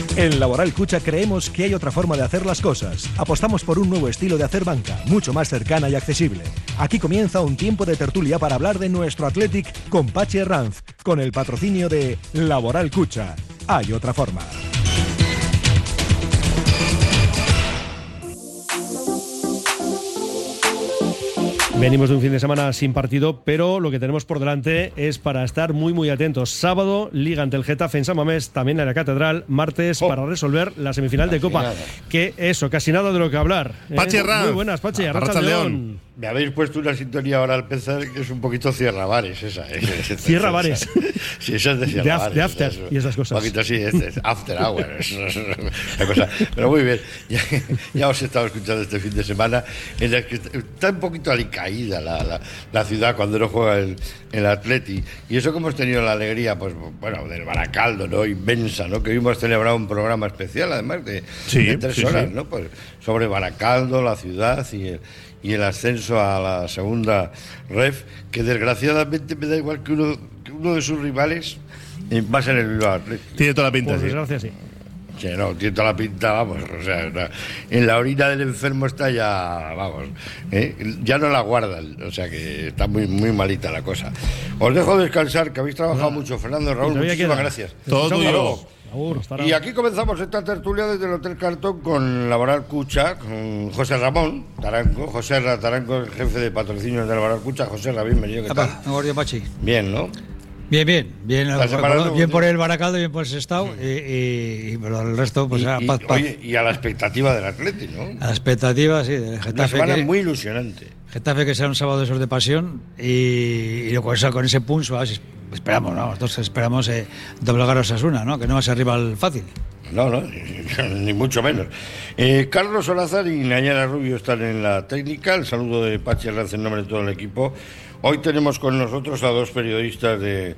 En Laboral Cucha creemos que hay otra forma de hacer las cosas. Apostamos por un nuevo estilo de hacer banca, mucho más cercana y accesible. Aquí comienza un tiempo de tertulia para hablar de nuestro Athletic con Pachi Herranz, con el patrocinio de Laboral Cucha. Hay otra forma. Venimos de un fin de semana sin partido, pero lo que tenemos por delante es para estar muy muy atentos. Sábado, Liga ante el Getafe en San Mamés, también en la Catedral. Martes, para resolver la semifinal de Copa. Que eso, casi nada de lo que hablar. Pachi Herranz. Muy buenas, Pachi. Arratsaldeón. Me habéis puesto una sintonía ahora al pensar que es un poquito Cierra Bares esa. Cierra Bares. Sí, esa es de Cierra Bares. De after y esas cosas. Un poquito así, es after hour. La cosa. Pero muy bien. Ya os he estado escuchando este fin de semana en el que está un poquito alicaída la ciudad cuando no juega el Atleti. Y eso que hemos tenido la alegría, pues bueno, del Baracaldo, ¿no? Inmensa, ¿no? Que hoy hemos celebrado un programa especial, además de 3 horas, ¿no? Pues sobre Baracaldo, la ciudad y el ascenso a la segunda ref, que desgraciadamente me da igual que uno de sus rivales va a ser el Bilbao Athletic. Tiene toda la pinta. Por desgracia, sí. Sí, no, tiene toda la pinta, vamos, o sea, en la orina del enfermo está ya, vamos, ya no la guardan, o sea que está muy, muy malita la cosa. Os dejo descansar, que habéis trabajado mucho, Fernando, Raúl, muchísimas gracias. Todo tuyo. Y aquí comenzamos esta tertulia desde el Hotel Cartón con Laboral Cucha, con José Ramón Taranco. José Taranco, el jefe de patrocinios de Laboral Cucha. José Ramón, bienvenido. ¿Qué tal? Pachi. Bien, ¿no? Bien, bien por el Baracaldo, bien por el Sestao y por el resto, pues paz. Oye, y a la expectativa del Atleti, ¿no? A la expectativa, sí, del Getafe. Una semana muy ilusionante. Getafe que sea un sábado de esos de pasión y con ese punch, esperamos, ¿no? Nosotros esperamos doblegar a Osasuna, ¿no? Que no va a ser rival fácil. No, ni mucho menos. Carlos Olazar y Nayara Rubio están en la técnica. El saludo de Pachi Herranz en nombre de todo el equipo. Hoy tenemos con nosotros a dos periodistas de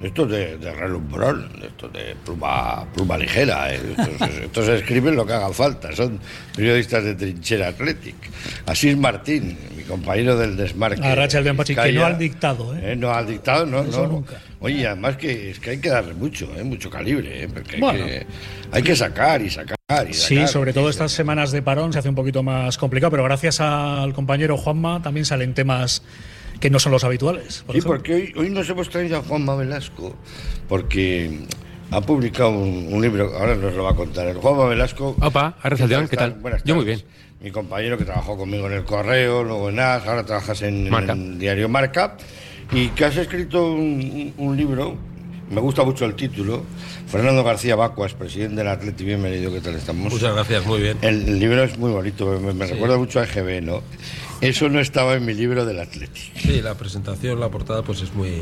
relumbrón, de pluma ligera. Estos escriben lo que haga falta, son periodistas de Trinchera Athletic. Asís Martín, mi compañero del Desmarque. Arratsaldeón, Pachi, que no al dictado. No al dictado, no. Nunca. Oye, además que es que hay que darle mucho calibre, porque hay que sacar y sacar. Sí, sobre todo estas semanas de parón se hace un poquito más complicado, pero gracias al compañero Juanma también salen temas que no son los habituales. Sí, porque hoy nos hemos traído a Juanma Velasco, porque ha publicado un libro, ahora nos lo va a contar. El Juanma Velasco. Opa, Arratsaldeón, ¿qué tal? Yo muy bien. Mi compañero que trabajó conmigo en El Correo, luego en AS, ahora trabajas en el diario Marca, y que has escrito un libro, me gusta mucho el título. Fernando García Bacuas, presidente del Atleti, bienvenido, ¿qué tal estamos? Muchas gracias, muy bien. El libro es muy bonito, me recuerda mucho a EGB, ¿no? Eso no estaba en mi libro del Atleti. Sí, la presentación, la portada, pues es muy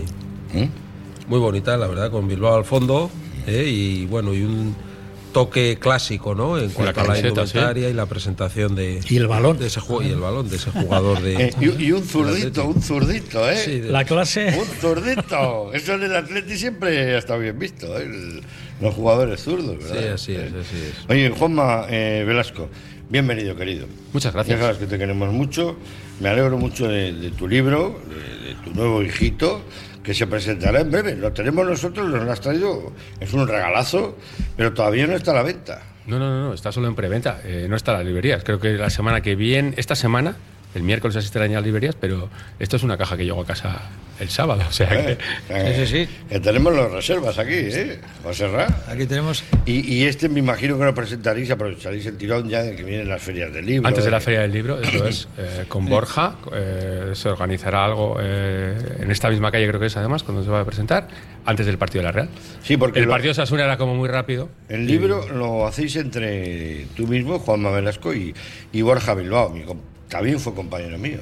bonita, la verdad, con Bilbao al fondo, y bueno, y un toque clásico, ¿no? En cuanto a la indumentaria y la presentación y el balón de ese juego, y el balón de ese jugador de y un zurdito, ¿eh? Sí, la clase. Un zurdito. Eso en el Atleti siempre ha estado bien visto, los jugadores zurdos, ¿verdad? Sí, así es. Oye, Juanma Velasco, bienvenido, querido. Muchas gracias. Ya sabes que te queremos mucho. Me alegro mucho de tu libro, de tu nuevo hijito, que se presentará en breve. Lo tenemos nosotros, nos lo has traído. Es un regalazo, pero todavía no está a la venta. No, está solo en preventa. No está en las librerías. Creo que la semana que viene, esta semana, el miércoles asistirán ya a las librerías, pero esto es una caja que llegó a casa el sábado. O sea sí. Que tenemos las reservas aquí, José Ra. Aquí tenemos. Y me imagino que lo presentaréis, aprovecharéis el tirón ya de que vienen las ferias del libro. Antes de la feria del libro, eso es. Con Borja se organizará algo en esta misma calle, creo que es además, cuando se va a presentar, antes del partido de la Real. Sí, porque el partido de Osasuna era como muy rápido. El libro lo hacéis entre tú mismo, Juanma Velasco, y Borja Bilbao, también fue compañero mío.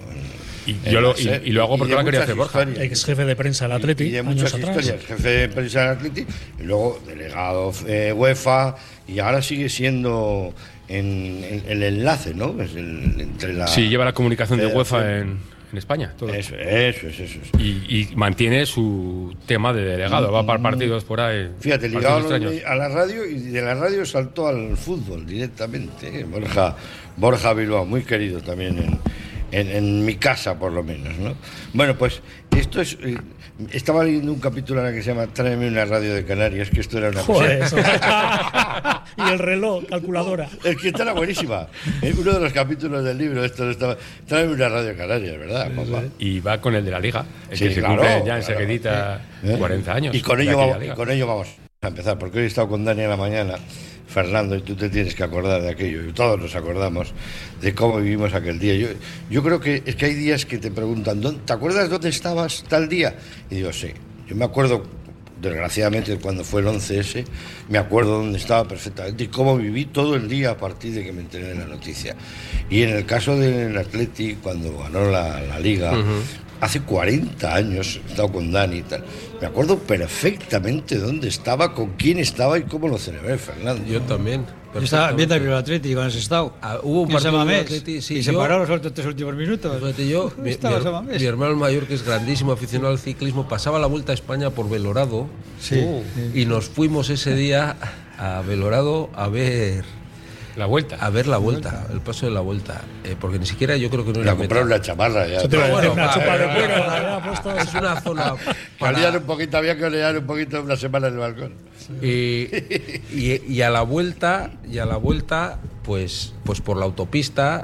Y lo hago porque lo quería hacer Borja. Ex jefe de prensa del Atleti. Y de muchas historias, jefe de prensa del Atleti, y luego delegado UEFA, y ahora sigue siendo en el enlace, ¿no? Entre la. Sí, lleva la comunicación de UEFA en España. Todo. Eso es. Y mantiene su tema de delegado, va para partidos por ahí. Fíjate, ligado a la radio, y de la radio saltó al fútbol directamente. Borja Bilbao, muy querido también en mi casa por lo menos, ¿no? Bueno, pues esto es... estaba leyendo un capítulo ahora que se llama Tráeme una radio de Canarias, que esto era una cosa... Y el reloj, calculadora. Es que esta era buenísima. Uno de los capítulos del libro, estaba Tráeme una radio de Canarias, ¿verdad, papá? Y va con el de la Liga, el sí, que se cumple ya enseguidita 40 años. Y con ello vamos a empezar, porque hoy he estado con Dani en la mañana, Fernando, y tú te tienes que acordar de aquello, y todos nos acordamos de cómo vivimos aquel día. Yo creo que es que hay días que te preguntan, ¿te acuerdas dónde estabas tal día? Y digo, sí, yo me acuerdo, desgraciadamente, cuando fue el 11S, me acuerdo dónde estaba perfectamente y cómo viví todo el día a partir de que me enteré de la noticia. Y en el caso del Atleti, cuando ganó la Liga, hace 40 años he estado con Dani y tal. Me acuerdo perfectamente dónde estaba, con quién estaba y cómo lo celebré, Fernando. Yo también. Yo estaba viendo el Atleti con ese estado. Hubo un partido de Atleti, sí, y se paró los 3 últimos minutos. Yo, mi hermano mayor, que es grandísimo aficionado al ciclismo, pasaba la Vuelta a España por Belorado. Sí. Y nos fuimos ese día a Belorado a ver... La vuelta. A ver la vuelta, el paso de la vuelta. Porque ni siquiera yo creo que no era. Compraron una chamarra ya. Una chupa de cuero. Es una zona. Para... un poquito, había que olear un poquito una semana en el balcón. Y a la vuelta, pues por la autopista,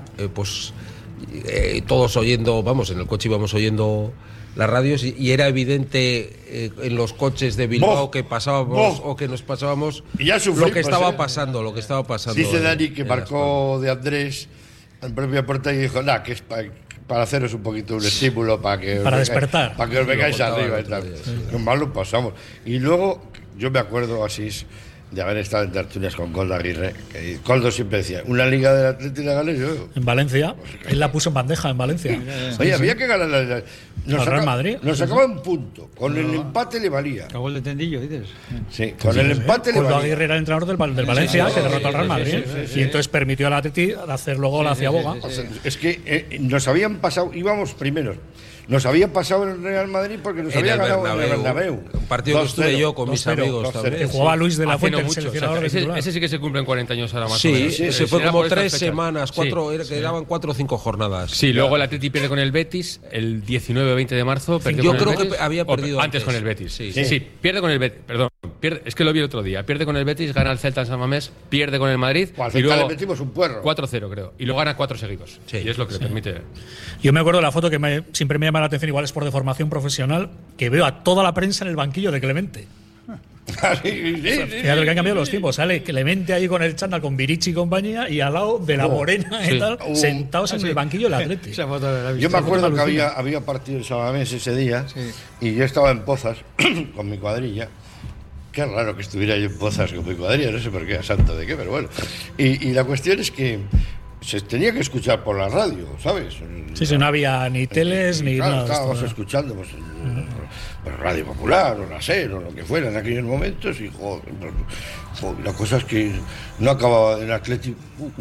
todos oyendo, vamos, en el coche íbamos oyendo las radios y era evidente en los coches de Bilbao que pasábamos o que nos pasábamos lo que estaba pasando, Dice Dani que marcó de Andrés en propia puerta y dijo, que es para haceros un poquito un estímulo para despertar, para que os vengáis arriba y tal. Sí. Mal lo pasamos. Y luego yo me acuerdo así de haber estado en tertulias con Koldo Aguirre, que Koldo siempre decía, una liga del Atlético de gané yo. En Valencia, él la puso en bandeja en Valencia. Oye, había que ganar la Real Madrid. Nos sacaba un punto, con el empate le valía. Gol de Tendillo, dices. Sí, con el empate le valía. Koldo Aguirre era el entrenador del Valencia, que derrotó al Real Madrid, y entonces permitió al Atlético hacer luego la hacia Boga. Es que nos habían pasado, íbamos primeros. Nos había pasado en el Real Madrid porque nos había ganado en el Bernabéu. Un partido que estuve yo con mis amigos también. Que jugaba Luis de la Fuente, el seleccionador ese sí que se cumplen 40 años ahora más o menos. Sí, se fue como 3 semanas, quedaban 4 o 5 jornadas. Sí, luego el Atleti pierde con el Betis el 19-20 de marzo. Yo creo que había perdido antes con el Betis. Sí, pierde con el Betis, perdón. Es que lo vi el otro día. Pierde con el Betis, gana el Celta en San Mamés, pierde con el Madrid. Y luego le metimos un puerro. 4-0, creo. Y luego gana 4 seguidos. Y es lo que le permite. Yo me acuerdo de la foto que siempre me llama la atención, igual es por deformación profesional, que veo a toda la prensa en el banquillo de Clemente. Fíjate que han cambiado los tiempos. Sale Clemente ahí con el chándal, con Virici y compañía, y al lado de la Morena y tal, sentados en el banquillo del Atlético. Yo me acuerdo que había partido en San Mamés ese día y yo estaba en Pozas con mi cuadrilla. Qué raro que estuviera yo en Pozas con mi cuadrilla, no sé por qué, a santo de qué, pero bueno. Y la cuestión es que se tenía que escuchar por la radio, ¿sabes? Sí, no había ni teles ni nada. Estábamos escuchando pues Radio Popular o la SER o lo que fuera en aquellos momentos y joder, la cosa es que no acababa el Atlético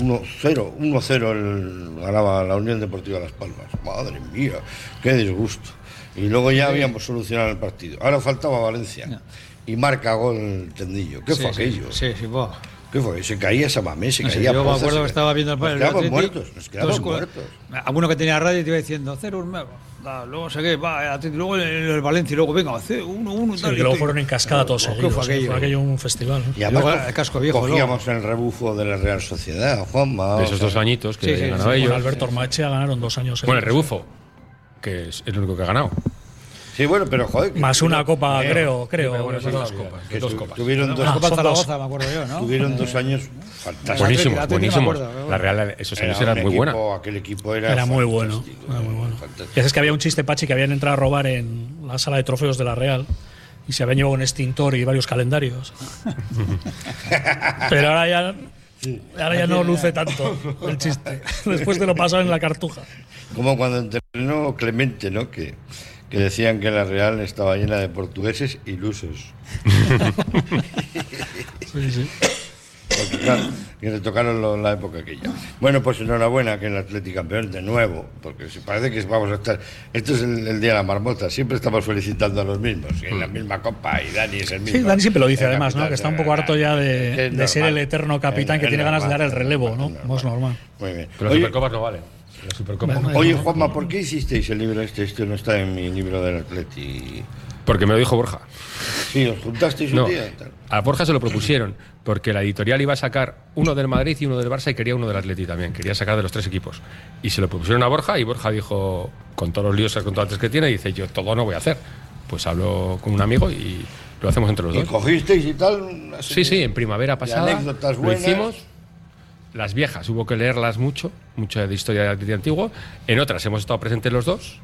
1-0 ganaba la Unión Deportiva Las Palmas. Madre mía, qué disgusto. Y luego ya habíamos solucionado el partido. Ahora faltaba Valencia y marca gol Tendillo. ¿Qué fue aquello? Sí, ¿Qué fue? Se caía Samamés, se caía yo me acuerdo que estaba viendo el partido. Nos quedamos muertos. Alguno que tenía radio te iba diciendo 0-1, luego sé qué, luego el Valencia, y luego venga, 1-1 y tal. Que luego fueron en cascada todos seguidos. Fue aquello un festival. Y además el casco viejo. Cogíamos el rebufo de la Real Sociedad, Juanma. Esos 2 añitos que ganó ellos. Con Alberto Ormaechea ganaron 2 años. Bueno, el rebufo, que es el único que ha ganado. Sí, bueno, pero joder. Más una copa, creo. Bueno, son 2 copas. Tuvieron 2 copas Zaragoza, me acuerdo yo, ¿no? Tuvieron 2 años fantásticos. Buenísimos. La Real esos años eran muy buena. Aquel equipo era muy bueno. Es que había un chiste, Pachi, que habían entrado a robar en la sala de trofeos de la Real y se habían llevado un extintor y varios calendarios. Pero ahora ya no luce tanto el chiste. Después de lo pasado en la Cartuja. Como cuando entrenó Clemente, ¿no? Que decían que la Real estaba llena de portugueses ilusos. Sí. Porque, claro, que le tocaron la época aquella. Bueno, pues enhorabuena que el Atlético campeón de nuevo, porque parece que vamos a estar. Esto es el día de la marmota, siempre estamos felicitando a los mismos, en la misma copa, y Dani es el mismo. Sí, Dani siempre lo dice además, capitán, ¿no? Que está un poco harto ya de ser el eterno capitán que tiene ganas de dar el relevo, ¿no? Como es normal. Muy bien. Pero las Supercopas no valen. La Supercopa. Oye, Juanma, ¿por qué hicisteis el libro este? Este no está en mi libro del Atleti. Porque me lo dijo Borja. Sí, os juntasteis un día. Tal. A Borja se lo propusieron, porque la editorial iba a sacar uno del Madrid y uno del Barça y quería uno del Atleti también. Quería sacar de los 3 equipos. Y se lo propusieron a Borja y Borja dijo, con todos los líos contratos que tiene, dice, yo todo no voy a hacer. Pues hablo con un amigo y lo hacemos entre los dos. ¿Y cogisteis y tal? Sí, en primavera pasada anécdotas lo buenas. Hicimos. Las viejas hubo que leerlas mucho de historia de Atleti antiguo. En otras hemos estado presentes los dos,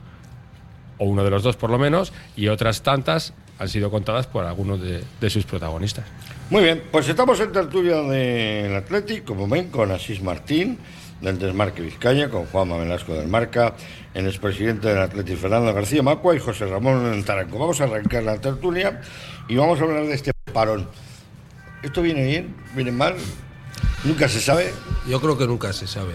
o uno de los dos por lo menos, y otras tantas han sido contadas por algunos de sus protagonistas. Muy bien, pues estamos en tertulia del Atleti, como ven, con Asís Martín, del Desmarque Vizcaya, con Juanma Velasco del Marca, el expresidente del Atleti Fernando García Macua y José Ramón Taranco. Vamos a arrancar la tertulia y vamos a hablar de este parón. ¿Esto viene bien? ¿Viene mal? ¿Nunca se sabe? Yo creo que nunca se sabe.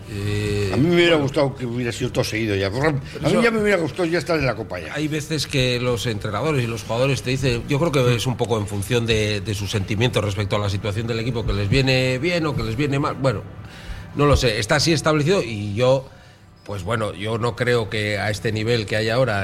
A mí me hubiera gustado que hubiera sido todo seguido ya. A mí ya me hubiera gustado ya estar en la Copa ya. Hay veces que los entrenadores y los jugadores te dicen, yo creo que es un poco en función de sus sentimientos respecto a la situación del equipo, que les viene bien o que les viene mal. Bueno, no lo sé, está así establecido y yo, pues bueno, yo no creo que a este nivel que hay ahora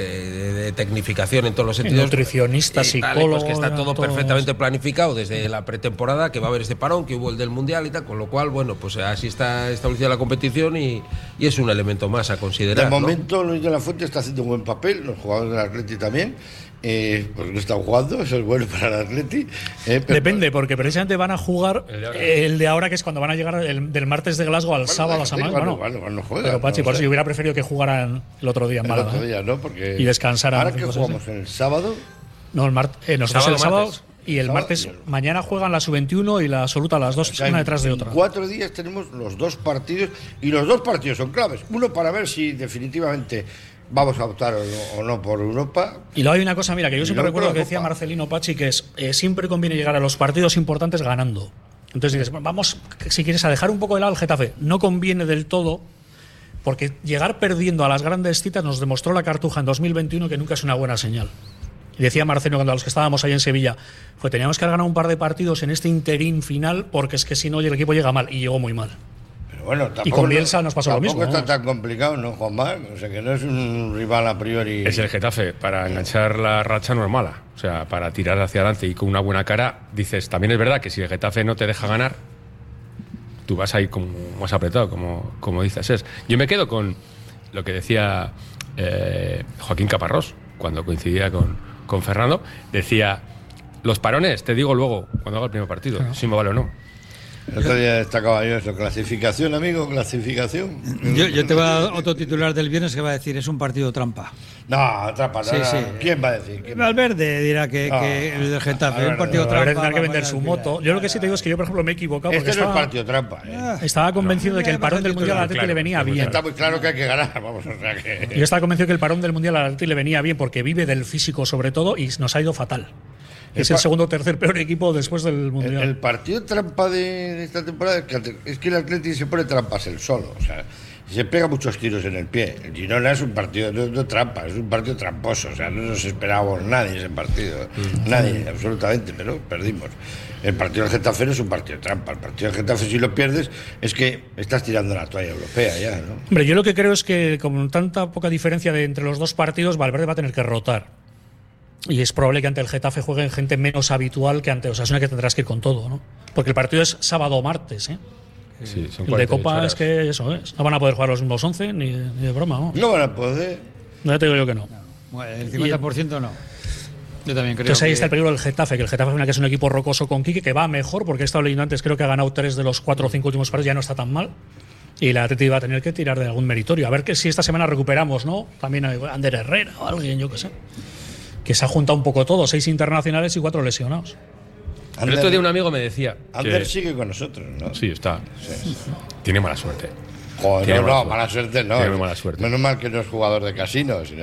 de tecnificación en todos los sentidos, nutricionistas, psicólogos, pues que está todo perfectamente planificado desde la pretemporada, que va a haber este parón, que hubo el del Mundial y tal, con lo cual, bueno, pues así está establecida la competición y es un elemento más a considerar. De momento, ¿no? Luis de la Fuente está haciendo un buen papel, los jugadores del Atleti también. Pues no están jugando, eso es bueno para el Atleti. Depende, porque precisamente van a jugar el de ahora, que es cuando van a llegar del martes de Glasgow al sábado a Samán. No juegan, pero Pachi, por eso yo hubiera preferido que jugaran el otro día en Málaga. El otro día, ¿no? Porque y descansaran. Ahora que jugamos en el sábado. No, nosotros el sábado. Y el martes, sábado, mañana juegan la sub-21 y la absoluta, las dos, o sea, una detrás de otra. En 4 días tenemos los 2 partidos, y los 2 partidos son claves. Uno para ver si definitivamente vamos a optar o no por Europa. Y luego hay una cosa, mira, que yo siempre recuerdo que decía Marcelino Pachi, que es siempre conviene llegar a los partidos importantes ganando. Entonces dices, vamos, si quieres, a dejar un poco de lado al Getafe. No conviene del todo, porque llegar perdiendo a las grandes citas nos demostró la Cartuja en 2021 que nunca es una buena señal. Y decía Marcelo, cuando a los que estábamos ahí en Sevilla, teníamos que ganar un par de partidos en este interín final, porque es que si no el equipo llega mal, y llegó muy mal. Bueno, y con Bielsa nos pasó lo mismo. Tampoco está tan complicado, ¿no, Juanma? O sea, que no es un rival a priori. Es el Getafe. Para enganchar la racha no es mala. O sea, para tirar hacia adelante y con una buena cara, dices, también es verdad que si el Getafe no te deja ganar, tú vas ahí como más apretado, como dices. Yo me quedo con lo que decía Joaquín Caparrós, cuando coincidía con Fernando. Decía, los parones, te digo luego, cuando haga el primer partido, claro, si me vale o no. El otro día destacaba yo eso, clasificación, amigo, clasificación. Yo te voy a dar otro titular del viernes que va a decir, es un partido trampa. No, trampa, no. Sí. ¿Quién va a decir? Valverde dirá que el del Getafe, un partido trampa. Tendrá que vender su moto. Yo lo que sí te digo es que yo, por ejemplo, me he equivocado. Este no es partido trampa. Estaba convencido de que el parón del Mundial al Atleti le venía bien. Está muy claro que hay que ganar, vamos, o sea que... Yo estaba convencido que el parón del Mundial al Atleti le venía bien, porque vive del físico sobre todo y nos ha ido fatal. Es el segundo o tercer peor equipo después del Mundial. El partido trampa de esta temporada es que el Atleti se pone trampas él solo. O sea, se pega muchos tiros en el pie. El Girona es un partido no trampa, es un partido tramposo. O sea, no nos esperábamos nadie ese partido. Nadie, absolutamente, pero perdimos. El partido del Getafe no es un partido trampa. El partido del Getafe, si lo pierdes, es que estás tirando la toalla europea ya, ¿no? Hombre, yo lo que creo es que con tanta poca diferencia entre los dos partidos, Valverde va a tener que rotar. Y es probable que ante el Getafe jueguen gente menos habitual que ante Osasuna, que tendrás que ir con todo, ¿no? Porque el partido es sábado o martes, ¿eh? Sí, son el de Copa horas. Es que eso es. No van a poder jugar los mismos 11 ni de broma, ¿no? No van a poder. No, ya te digo yo que no. Bueno, el 50% no. Yo también creo. Entonces ahí está el peligro del Getafe, que el Getafe que es un equipo rocoso con Quique, que va mejor, porque he estado leyendo antes, creo que ha ganado 3 de los 4 o 5 últimos partidos, ya no está tan mal. Y la Atleti va a tener que tirar de algún meritorio. A ver que si esta semana recuperamos, ¿no? También a Ander Herrera o alguien, yo qué sé. Que se ha juntado un poco todo, 6 internacionales y 4 lesionados. El otro día un amigo me decía... Ander sigue con nosotros, ¿no? Sí, está. Sí. Tiene mala suerte. Joder, mala suerte no. Tiene mala suerte. Menos mal que no es jugador de casino, si no,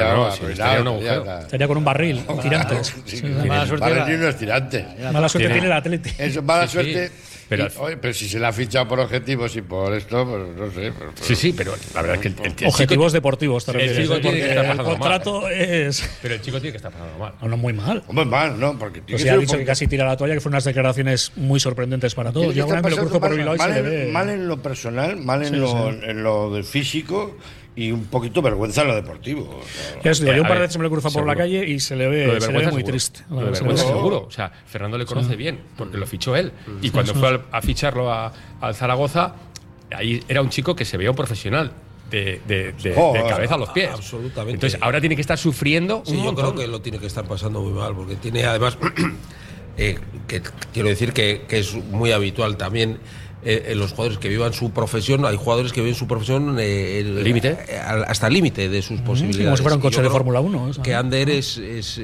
estaría con un barril, tirantes. Mala suerte. Barril no es tirante. Mala suerte tiene el Atleti. Eso, mala suerte. Pero si se le ha fichado por objetivos y por esto, pues no sé. Sí, pero la verdad es que el objetivos deportivos, te refieres. El chico tiene que estar el pasando contrato mal. es. Pero el chico tiene que estar pasando mal. No, muy mal. Muy mal, ¿no? Porque pues ya ha dicho que casi tira la toalla, que fueron unas declaraciones muy sorprendentes para todos. Yo alguna vez me lo cruzo por Bilbao y se le ve. Mal en lo personal, mal en lo del físico. Y un poquito vergüenza en lo deportivo. Yo un par de veces me lo cruzo por la calle y se le ve muy seguro. triste. Lo de vergüenza seguro. O sea, Fernando le conoce bien, porque lo fichó él. Y cuando fue a ficharlo al Zaragoza, ahí era un chico que se veía un profesional. De cabeza a los pies. Absolutamente. Entonces ahora tiene que estar sufriendo. Yo creo que lo tiene que estar pasando muy mal, porque tiene además, que quiero decir que es muy habitual también. En los jugadores que vivan su profesión, hay jugadores que viven su profesión límite hasta el límite de sus posibilidades. Como si fuera un coche de Fórmula 1. Que Ander es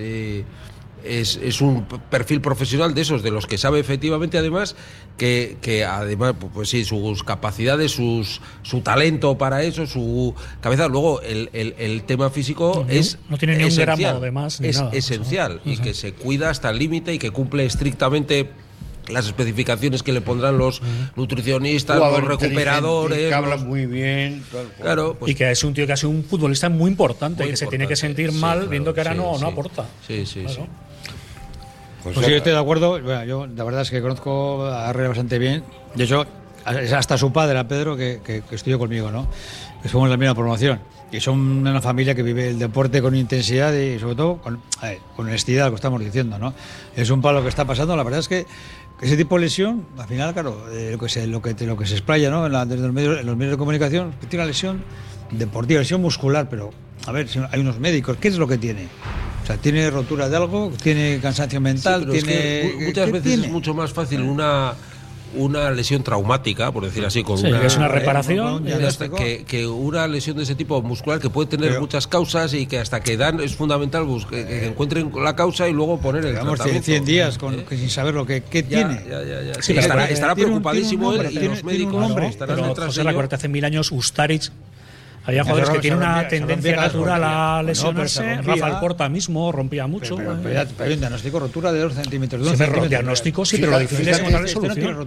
un perfil profesional de esos, de los que sabe efectivamente, además, que además, pues sí, sus capacidades, su talento para eso, su cabeza. Luego, el tema físico no tiene ni un gramo de más. Es esencial, y que se cuida hasta el límite y que cumple estrictamente las especificaciones que le pondrán los nutricionistas, los recuperadores. Que hablan muy bien. Claro, pues, y que es un tío que ha sido un futbolista muy importante, que se tiene que sentir mal viendo que ahora no aporta. Sí. Pues sí, yo estoy de acuerdo. Bueno, yo la verdad es que conozco a Herrera bastante bien. De hecho, hasta su padre, a Pedro, que estudió conmigo, ¿no? Que somos la misma promoción. Y son una familia que vive el deporte con intensidad y sobre todo con honestidad, lo que estamos diciendo, ¿no? Es un palo que está pasando. La verdad es que ese tipo de lesión, al final, claro, lo que se explaya, ¿no? En los medios de comunicación, que tiene una lesión deportiva, lesión muscular, pero a ver, si hay unos médicos, ¿qué es lo que tiene? O sea, ¿tiene rotura de algo? ¿Tiene cansancio mental? Sí, muchas veces es mucho más fácil una lesión traumática, por decir así, con que es una reparación, que una lesión de ese tipo muscular, que puede tener muchas causas y que hasta que es fundamental que encuentren la causa y luego poner el tratamiento. 100 días sin saber lo que tiene. Sí, estará preocupadísimo él y los médicos estarán detrás de ello. Recuerda, hace 1000 años Ustaric. Había jugadores que tienen una tendencia natural a lesionarse. Rafael Porta mismo rompía mucho. Pero hay un diagnóstico, rotura de 2 centímetros. Diagnóstico, sí, pero lo difícil es encontrar solución.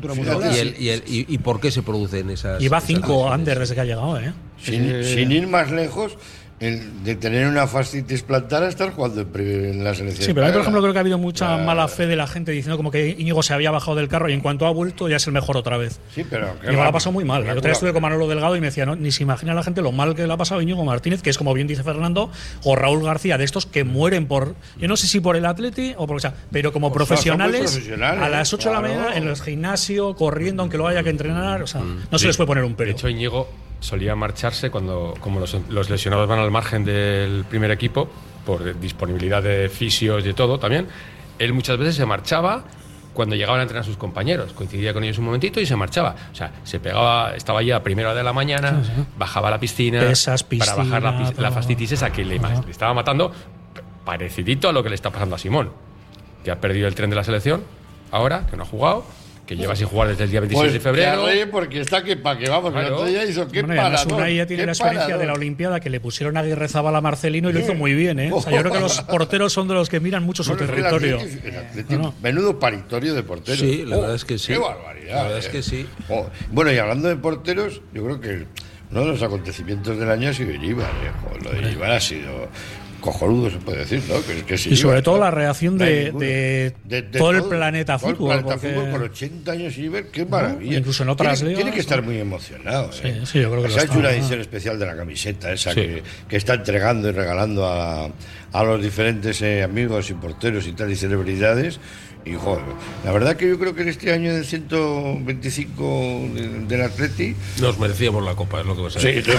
¿Y por qué se producen esas? Lleva 5 Ander desde que ha llegado, Sin ir más lejos, de tener una fascitis plantar a estar jugando en la selección. Sí, pero ahí, por ejemplo, creo que ha habido mucha mala fe de la gente diciendo como que Íñigo se había bajado del carro y en cuanto ha vuelto ya es el mejor otra vez. Sí, pero Íñigo la ha pasado muy mal. El otro día estuve con Manolo Delgado y me decía, ni se imagina la gente lo mal que le ha pasado a Íñigo Martínez, que es, como bien dice Fernando, o Raúl García, de estos que mueren por, yo no sé si por el Atleti o por, pero como profesionales, a las 8 de la mañana en el gimnasio, corriendo, aunque lo haya que entrenar, o sea, no se les puede poner un pelo. De hecho, Íñigo solía marcharse como los lesionados van al margen del primer equipo por disponibilidad de fisios y de todo también. Él muchas veces se marchaba cuando llegaban a entrenar a sus compañeros, coincidía con ellos un momentito y se marchaba. O sea, se pegaba, estaba ya a primera hora de la mañana, bajaba a la piscina, para bajar la fascitis esa que le estaba matando, parecidito a lo que le está pasando a Simón, que ha perdido el tren de la selección ahora, que no ha jugado, que lleva sin jugar desde el día 26 de febrero. Porque está que para que vamos, claro. El otro día hizo qué parador. Una ya tiene la experiencia de la Olimpiada, que le pusieron a Aguirrezabala a Marcelino y lo hizo muy bien, O sea, yo creo que los porteros son de los que miran mucho su territorio. Menudo paritorio de porteros. Sí, la verdad es que sí. Qué barbaridad. La verdad es que sí. Bueno, y hablando de porteros, yo creo que uno de los acontecimientos del año ha sido Iríbar. Lo de Iríbar ha sido cojonudo, se puede decir, ¿no? Que y sobre todo la reacción de todo el planeta fútbol. Fútbol por 80 años y ver qué maravilla. Incluso en otras ligas. Tiene que estar muy emocionado. Sí, yo creo que se ha hecho una edición especial de la camiseta esa que está entregando y regalando a los diferentes amigos y porteros y tal y celebridades. Y joder, la verdad que yo creo que en este año del 125 del Atleti nos merecíamos la copa, es lo que vas a decir. Sí,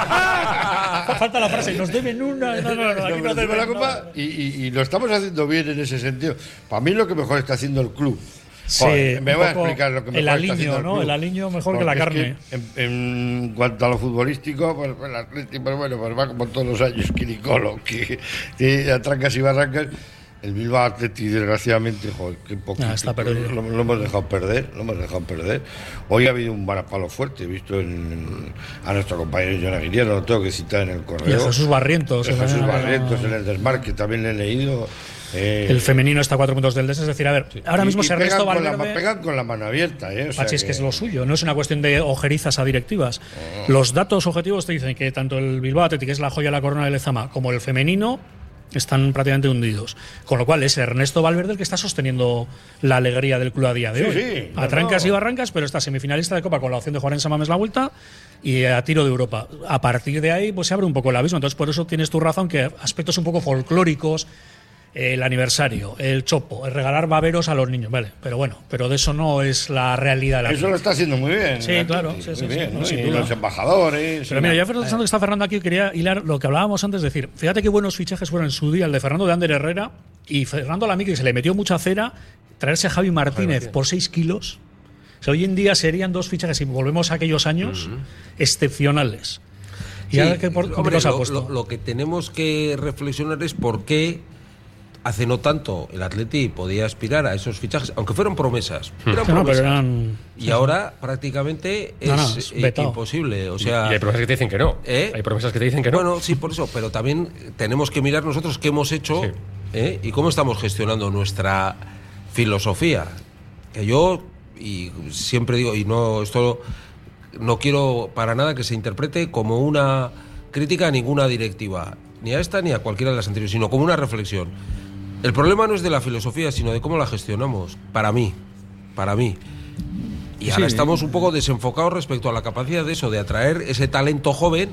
falta la frase, nos deben una. No, aquí no deben la copa y lo estamos haciendo bien en ese sentido. Para mí lo que mejor está haciendo el club. Joder, me voy a explicar lo que mejor está haciendo el club. El aliño mejor que la carne. Que en cuanto a lo futbolístico, pues el Atleti, pues va como todos los años, Quiricolo, que atrancas y barrancas. El Bilbao Athletic, desgraciadamente, joder, qué poquito. Está perdido. Lo hemos dejado perder. Hoy ha habido un varapalo fuerte, he visto a nuestro compañero John Aguirre, lo tengo que citar en el correo. Y a Jesús Barrientos. En el desmarque también le he leído. El femenino está a 4 puntos del descenso. Es decir, a ver, ahora mismo si Ernesto Valverde. Pegan con la mano abierta, o sea Pachi, es que es lo suyo, no es una cuestión de ojerizas a directivas. Los datos objetivos te dicen que tanto el Bilbao Athletic, que es la joya de la corona de Lezama, como el femenino están prácticamente hundidos. Con lo cual es Ernesto Valverde el que está sosteniendo la alegría del club a día de hoy. A trancas y barrancas, pero está semifinalista de Copa con la opción de jugar en San Mamés la vuelta y a tiro de Europa. A partir de ahí pues se abre un poco el abismo. Entonces por eso tienes tu razón, que aspectos un poco folclóricos, el aniversario, el chopo, el regalar baberos a los niños, vale, pero bueno, pero de eso no es la realidad de la Eso lo está haciendo muy bien. Sí, claro, sí, bien, ¿no? Y los embajadores. Pero mira, ya Fernando que está Fernando aquí, quería hilar lo que hablábamos antes, decir, fíjate qué buenos fichajes fueron en su día el de Fernando de Ander Herrera y Fernando Lamí, que se le metió mucha cera, traerse a Javi Martínez por 6 kilos. O sea, hoy en día serían 2 fichajes, si volvemos a aquellos años, excepcionales. Y ahora que lo que tenemos que reflexionar es por qué hace no tanto el Atleti podía aspirar a esos fichajes, aunque fueron promesas. Y ahora prácticamente es imposible. O sea, y hay promesas que te dicen que no. Hay promesas que te dicen que no. Bueno, sí, por eso. Pero también tenemos que mirar nosotros qué hemos hecho y cómo estamos gestionando nuestra filosofía. Que yo, y siempre digo, y no esto no quiero para nada que se interprete como una crítica a ninguna directiva, ni a esta ni a cualquiera de las anteriores, sino como una reflexión. El problema no es de la filosofía, sino de cómo la gestionamos, para mí. Y ahora estamos un poco desenfocados respecto a la capacidad de eso, de atraer ese talento joven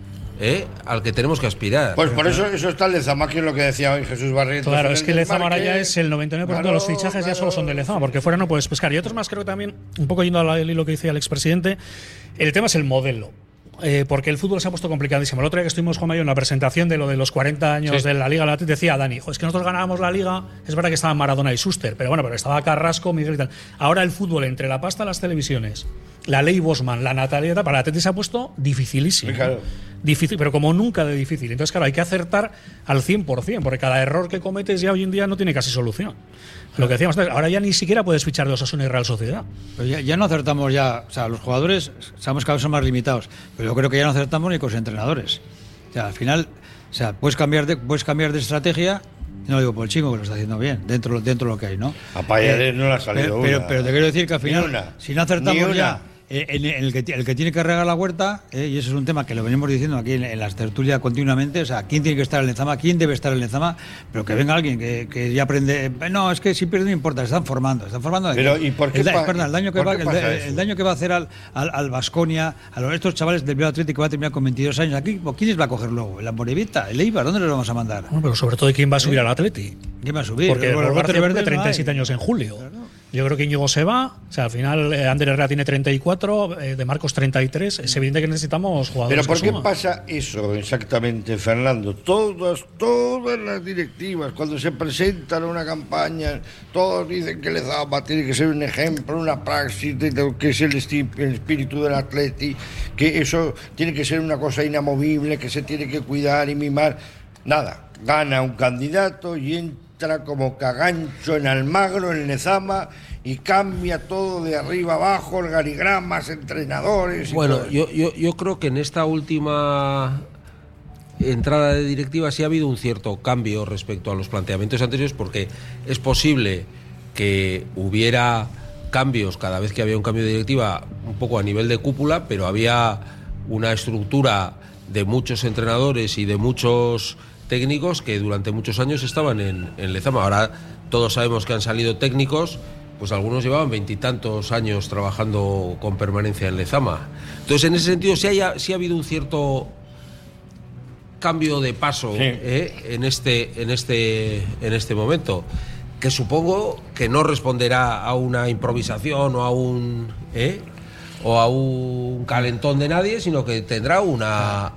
al que tenemos que aspirar. Pues por eso está el Lezama, que es lo que decía hoy Jesús Barrientos. Claro, es que Lezama ahora ya es el 99% de los fichajes ya solo son de Lezama, porque fuera no puedes pescar. Y otros más, creo que también, un poco yendo al hilo que decía el expresidente, el tema es el modelo. Porque el fútbol se ha puesto complicadísimo. El otro día que estuvimos, Juan Mayo, en la presentación de lo de los 40 años de la Liga, decía Dani, es que nosotros ganábamos la Liga, es verdad que estaban Maradona y Schuster, pero bueno, pero estaba Carrasco, Miguel y tal. Ahora el fútbol, entre la pasta de las televisiones, la ley Bosman, la natalidad, para el Atleti se ha puesto dificilísimo. Claro. Difícil, pero como nunca de difícil. Entonces, claro, hay que acertar al 100%, porque cada error que cometes ya hoy en día no tiene casi solución. Lo que decíamos, ahora ya ni siquiera puedes fichar de Osasuna y Real Sociedad. Pero ya no acertamos o sea, los jugadores sabemos que a veces son más limitados, pero yo creo que ya no acertamos ni con los entrenadores. O sea, al final, o sea, puedes cambiar de estrategia, no lo digo por el chingo, que lo está haciendo bien, dentro de lo que hay, ¿no? A Payares no le ha salido pero te quiero decir que al final, si no acertamos ya el que tiene que regar la huerta, y eso es un tema que lo venimos diciendo aquí en las tertulias continuamente, o sea, quién tiene que estar en Lezama, quién debe estar en Lezama, pero que venga alguien que ya aprende. No, es que si pierde no importa, están formando. Pero ¿y por qué el daño que va a hacer al Baskonia, a estos chavales del Bilbao Athletic que va a terminar con 22 años aquí, ¿quiénes va a coger luego? ¿El Amorebieta? ¿El Eibar? ¿Dónde los vamos a mandar? Bueno, pero sobre todo ¿quién va a subir al Atleti? ¿Quién va a subir? Porque el García Verde 37 años en julio. Claro. Yo creo que Íñigo se va, o sea, al final Ander Herrera tiene 34, de Marcos 33, es evidente que necesitamos jugadores. Pero ¿por qué pasa eso exactamente, Fernando? Todas las directivas, cuando se presentan una campaña, todos dicen que Lezama tiene que ser un ejemplo, una praxis de lo que es el espíritu del Atleti, que eso tiene que ser una cosa inamovible, que se tiene que cuidar y mimar. Nada, gana un candidato y entra como cagancho en Almagro, en Lezama, y cambia todo de arriba abajo, organigramas, entrenadores. Bueno, yo creo que en esta última entrada de directiva sí ha habido un cierto cambio respecto a los planteamientos anteriores, porque es posible que hubiera cambios cada vez que había un cambio de directiva, un poco a nivel de cúpula, pero había una estructura de muchos entrenadores y de muchos técnicos que durante muchos años estaban en Lezama. Ahora todos sabemos que han salido técnicos, pues algunos llevaban 20 y tantos años trabajando con permanencia en Lezama. Entonces, en ese sentido sí ha habido un cierto cambio de paso en este momento, que supongo que no responderá a una improvisación o a un calentón de nadie, pero que tendrá una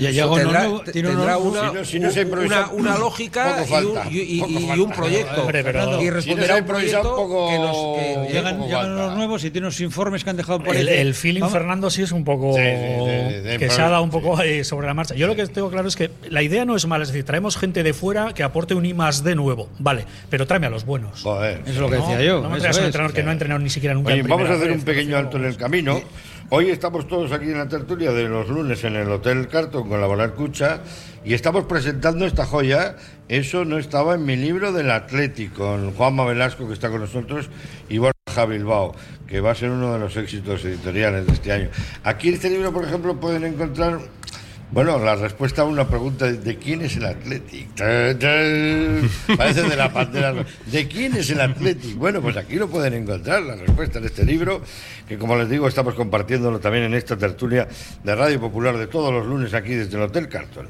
una lógica y un proyecto. Y responderá a un proyecto que llegan los nuevos y tienen los informes que han dejado por ahí. El feeling, Fernando, sí es un poco que se ha dado un poco sobre la marcha. Yo lo que tengo claro es que la idea no es mala, es decir, traemos gente de fuera que aporte un I+D nuevo, vale, pero tráeme a los buenos. Joder. Eso es lo que decía yo. No me traes a un entrenador que no ha entrenado ni siquiera nunca. Oye, vamos a hacer un pequeño alto en el camino, Hoy estamos todos aquí en la tertulia de los lunes en el Hotel Carton con la Bola Cucha y estamos presentando esta joya. Eso no estaba en mi libro del Atlético, con Juanma Velasco, que está con nosotros, y Borja Bilbao, que va a ser uno de los éxitos editoriales de este año. Aquí en este libro, por ejemplo, pueden encontrar... Bueno, la respuesta a una pregunta de quién es el Athletic. Parece de la Pantera. ¿De quién es el Athletic? Bueno, pues aquí lo pueden encontrar, la respuesta en este libro, que como les digo, estamos compartiéndolo también en esta tertulia de Radio Popular de todos los lunes aquí desde el Hotel Carton.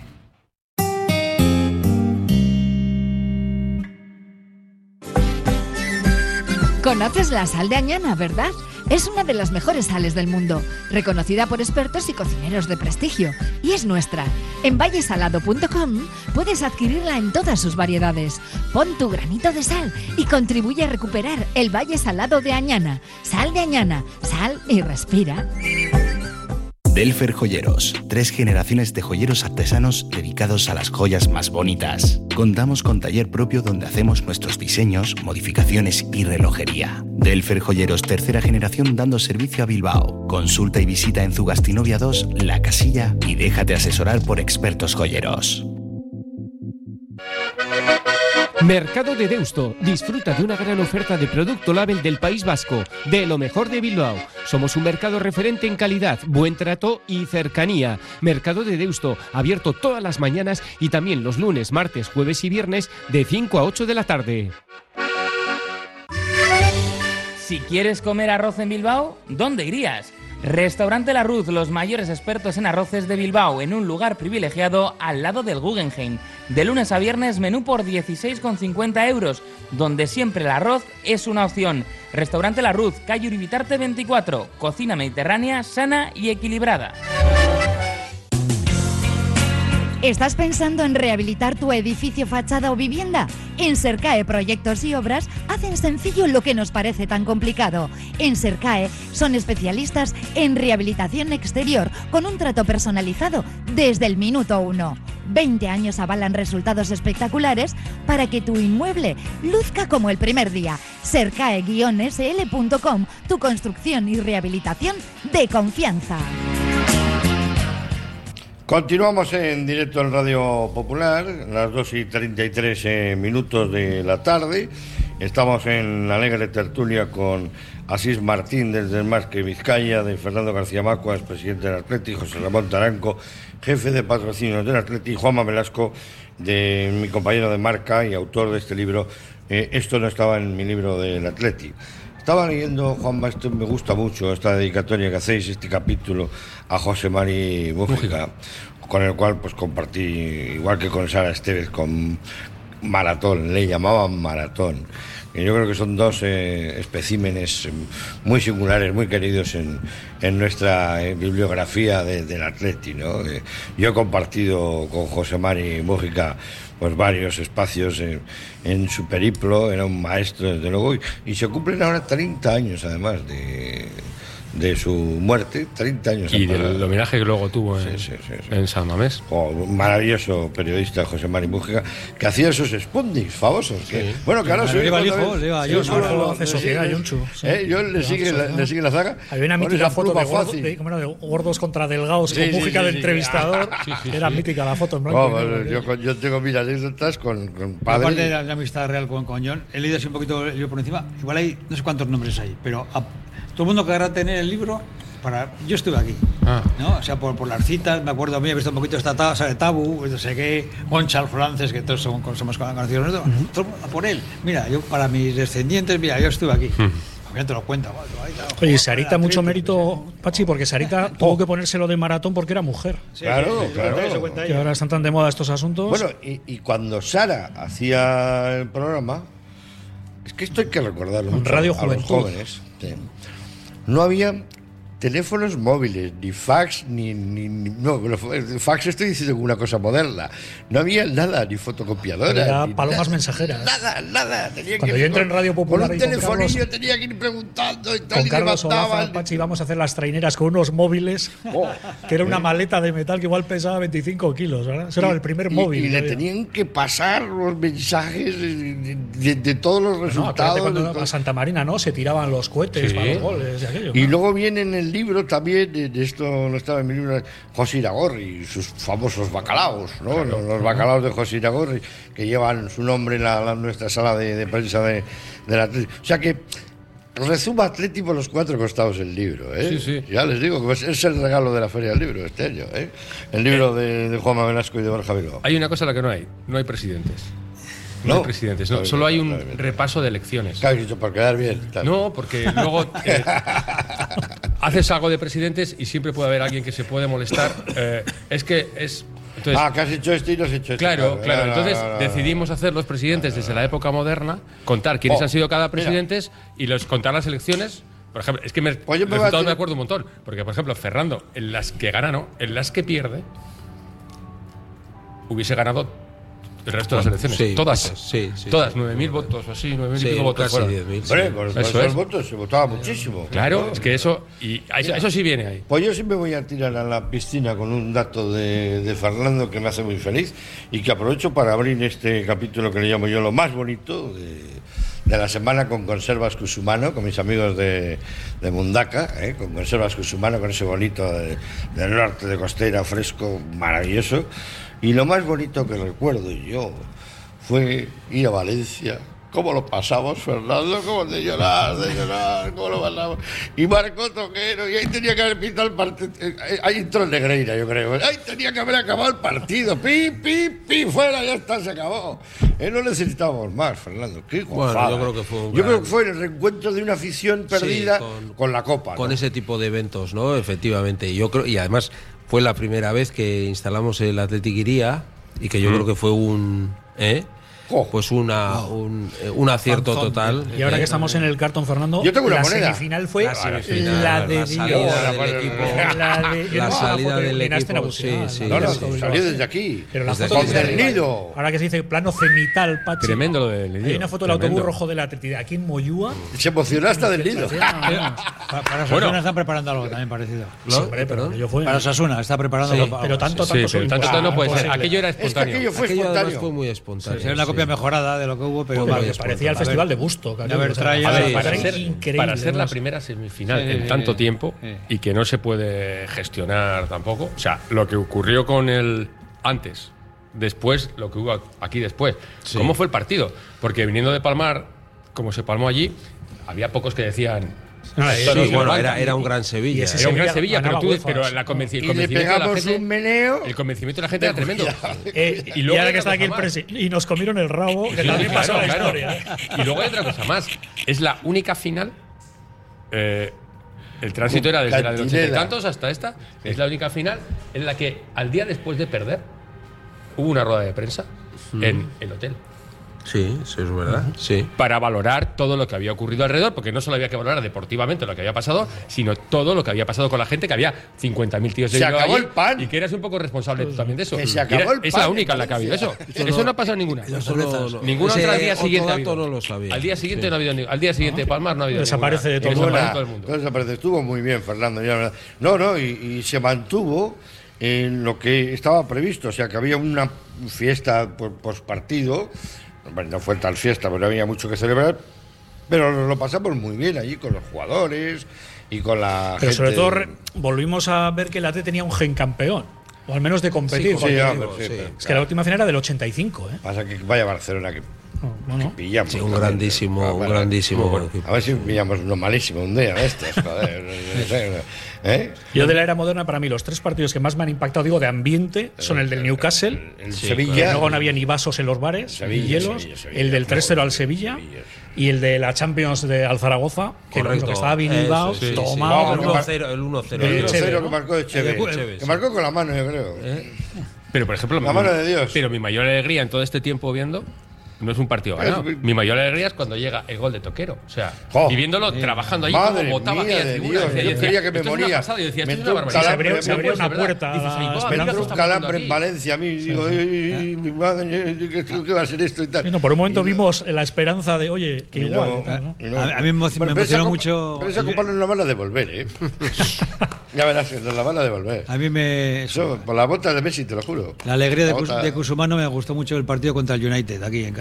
¿Conoces la sal de Añana, verdad? Es una de las mejores sales del mundo, reconocida por expertos y cocineros de prestigio, y es nuestra. En vallesalado.com puedes adquirirla en todas sus variedades. Pon tu granito de sal y contribuye a recuperar el Valle Salado de Añana. Sal de Añana, sal y respira. Delfer Joyeros, 3 generaciones de joyeros artesanos dedicados a las joyas más bonitas. Contamos con taller propio donde hacemos nuestros diseños, modificaciones y relojería. Delfer Joyeros, 3ª generación dando servicio a Bilbao. Consulta y visita en Zugastinovia 2, La Casilla y déjate asesorar por expertos joyeros. Mercado de Deusto. Disfruta de una gran oferta de producto label del País Vasco, de lo mejor de Bilbao. Somos un mercado referente en calidad, buen trato y cercanía. Mercado de Deusto, abierto todas las mañanas y también los lunes, martes, jueves y viernes de 5 a 8 de la tarde. Si quieres comer arroz en Bilbao, ¿dónde irías? Restaurante La Ruz, los mayores expertos en arroces de Bilbao, en un lugar privilegiado al lado del Guggenheim. De lunes a viernes, menú por 16,50 €, donde siempre el arroz es una opción. Restaurante La Ruz, calle Uribitarte 24, cocina mediterránea, sana y equilibrada. ¿Estás pensando en rehabilitar tu edificio, fachada o vivienda? En Sercae Proyectos y Obras hacen sencillo lo que nos parece tan complicado. En Sercae son especialistas en rehabilitación exterior con un trato personalizado desde el minuto 1. 20 años avalan resultados espectaculares para que tu inmueble luzca como el primer día. Sercae-sl.com, tu construcción y rehabilitación de confianza. Continuamos en directo en Radio Popular, las 2:33 de la tarde. Estamos en la alegre tertulia con Asís Martín desde el Más que Vizcaya, de Fernando García Macuas, presidente del Athletic, José Ramón Taranco, jefe de patrocinios del Athletic, Juanma Velasco, de mi compañero de marca y autor de este libro. Esto no estaba en mi libro del Athletic. Estaba leyendo, Juanma, esto me gusta mucho, esta dedicatoria que hacéis, este capítulo a José Mari Mújica, con el cual pues compartí, igual que con Sara Estevez, con Maratón, le llamaban Maratón. Y yo creo que son dos especímenes muy singulares, muy queridos en nuestra bibliografía del Atleti, ¿no? Yo he compartido con José Mari Mújica pues varios espacios en su periplo, era un maestro desde luego, y se cumplen ahora 30 años además de su muerte, 30 años. Y del homenaje que luego tuvo en San Mamés. Un maravilloso periodista, José Mari Mújica, que hacía esos Sputniks famosos. Que, bueno, que ahora lleva el hijo, ahora hace Sociedad Yonchu. Yo le sigue la zaga. Había una mítica foto de gordos contra delgados con Mújica de entrevistador. Era mítica la foto en blanco. Yo tengo mil anécdotas con padres. Aparte de la amistad real con John, he leído así un poquito yo por encima. Igual hay no sé cuántos nombres hay, pero todo el mundo querrá tener el libro yo estuve aquí, ¿no? O sea, por las citas, me acuerdo, a mí he visto un poquito esta de Tabu, no sé qué, Gonçal Frances, que todos somos conocidos nosotros, por él. Mira, yo para mis descendientes, mira, yo estuve aquí. Ya te lo cuento. Oye, Sarita, mucho mérito, Pachi, porque Sarita tuvo que ponérselo de Maratón porque era mujer. Sí, claro. Que ahora están tan de moda estos asuntos. Bueno, y cuando Sara hacía el programa, es que esto hay que recordarlo mucho Radio a los jóvenes. Sí. No había teléfonos móviles, ni fax, no, fax estoy diciendo como una cosa moderna. No había nada, ni fotocopiadora. Era ni palomas mensajeras. Nada. Cuando yo entré en Radio Popular, con un telefonillo tenía que ir preguntando y tal. Con Carlos Olaza, Pachi, íbamos a hacer las traineras con unos móviles, que era una maleta de metal que igual pesaba 25 kilos, ¿verdad? Eso era el primer móvil. Y le tenían que pasar los mensajes de todos los resultados. Cuando a Santa Marina, ¿no? Se tiraban los cohetes para los goles y aquello. Y luego viene en el libro también, esto no estaba en mi libro, José Iragorri y sus famosos bacalaos, ¿no? Claro. Los bacalaos de José Iragorri, que llevan su nombre en nuestra sala de prensa de la Atlético. O sea que resuma Atleti por los 4 costados el libro, ¿eh? Sí, sí. Ya les digo que es el regalo de la Feria del Libro este año, ¿eh? El libro de Juanma Velasco y de Borja Bilbao. Hay una cosa a la que no hay presidentes. No hay presidentes, no, solo hay un repaso de elecciones. ¿Qué has dicho? ¿Por quedar bien? No, porque luego haces algo de presidentes y siempre puede haber alguien que se puede molestar. Es que es... Entonces, que has hecho esto y no has hecho esto. Claro. Entonces decidimos hacer los presidentes desde la época moderna, contar quiénes han sido cada presidentes y contar las elecciones. Por ejemplo, es que los resultados me acuerdo un montón. Porque, por ejemplo, Fernando, en las que gana no, en las que pierde, hubiese ganado el resto de las elecciones. Sí, todas. Sí. Todas, 9.000 votos o así, 9.000 y pico votos. Casi 10.000. Hombre, por esos votos se votaba muchísimo. Claro, es que eso sí viene ahí. Pues yo sí me voy a tirar a la piscina con un dato de Fernando que me hace muy feliz y que aprovecho para abrir este capítulo que le llamo yo lo más bonito de la semana con Conservas Cusumano, con mis amigos de Mundaca, con Conservas Cusumano, con ese bonito del norte de costera fresco, maravilloso. Y lo más bonito que recuerdo yo fue ir a Valencia. ¿Cómo lo pasamos, Fernando? ¿Cómo de llorar, cómo lo pasamos? Y marcó Toquero, y ahí tenía que haber pintado el partido. Ahí entró el Negreira, yo creo. Ahí tenía que haber acabado el partido. ¡Pi, fuera! Ya está, se acabó. No necesitábamos más, Fernando. Qué gozada. Bueno, yo creo que fue creo que fue el reencuentro de una afición perdida con la Copa. Con ¿no? ese tipo de eventos, ¿no? Efectivamente. Yo creo, y además fue la primera vez que instalamos el Athletic Iría y que yo creo que fue un acierto total. Y ahora que estamos en el cartón, Fernando, yo tengo una la moneda. Semifinal fue la de la salida del equipo. Salió desde aquí. Pero la foto del Nido. Ahora que se dice plano cenital, Pachi. Tremendo lo del Nido. Hay una foto del autobús rojo de la Atleti aquí en Moyúa. Se emocionó hasta del Nido. Para Osasuna están preparando algo también parecido. Para Osasuna está preparando algo. Pero tanto no puede ser. Aquello era espontáneo. Aquello fue espontáneo. Fue muy espontáneo. Era una copia mejorada de lo que hubo, pero parecía el Festival de Busto. Para ser la primera semifinal en tanto tiempo y que no se puede gestionar tampoco. O sea, lo que ocurrió con el antes, después, lo que hubo aquí después. ¿Cómo fue el partido? Porque viniendo de palmar, como se palmó allí, había pocos que decían... era un gran Sevilla. Era un gran Sevilla, pero el convencimiento de la gente, un meneo. El convencimiento de la gente era tremendo. Y luego ahora que está aquí el presidente y nos comieron el rabo, que también pasó la historia. Y luego hay otra cosa más. Es la única final. El tránsito era desde la de los 80 y tantos hasta esta. Es la única final en la que al día después de perder hubo una rueda de prensa en el hotel. Sí, eso es verdad. Sí. Para valorar todo lo que había ocurrido alrededor, porque no solo había que valorar deportivamente lo que había pasado, sino todo lo que había pasado con la gente, que había 50.000 tíos de Bilbao. Se acabó el pan. Y que eras un poco responsable tú también de eso. Que se acabó el pan. Es la única en la que ha habido eso. Eso no ha pasado ninguna. Ninguna otra al día siguiente. No lo sabía. Al día siguiente no ha habido al día siguiente de Palmar no ha habido desaparece de todo el mundo. Desaparece. Estuvo muy bien, Fernando. Y se mantuvo en lo que estaba previsto. O sea, que había una fiesta postpartido. Bueno, no fue tal fiesta, porque no había mucho que celebrar, pero lo pasamos muy bien allí con los jugadores y con la gente. Pero sobre todo volvimos a ver que el Atleti tenía un gen campeón, o al menos de competir. Es que la última final era del 85. Pasa que vaya Barcelona que pillamos. Sí, un grandísimo a ver si pillamos uno malísimo un día de estos, joder. Yo de la era moderna, para mí los 3 partidos que más me han impactado, digo, de ambiente, son el del Newcastle, el Sevilla, luego no había ni vasos en los bares, ni hielos, el del 3-0 al Sevilla y el de la Champions al Zaragoza, que estaba Bilbao tomado. El 1-0 que marcó Echeves, que marcó con la mano, yo creo. Pero, por ejemplo, la mano de Dios. Pero mi mayor alegría en todo este tiempo viendo no es un partido ganado. Mi mayor alegría es cuando llega el gol de Toquero. O sea, y viéndolo trabajando allí, como botaba aquella tribuna. Yo creía que me moría. Se abría una puerta. Me entró un calambre en Valencia a mí. Digo, mi madre, ¿qué va a ser esto y tal? Por un momento vimos la esperanza de, oye, que igual. A mí me emocionó mucho. Pero esa copa no la van a devolver, Ya verás, nos la van a devolver. A mí Eso, por la bota de Messi, te lo juro. La alegría de Cusumano me gustó mucho el partido contra el United, aquí en casa.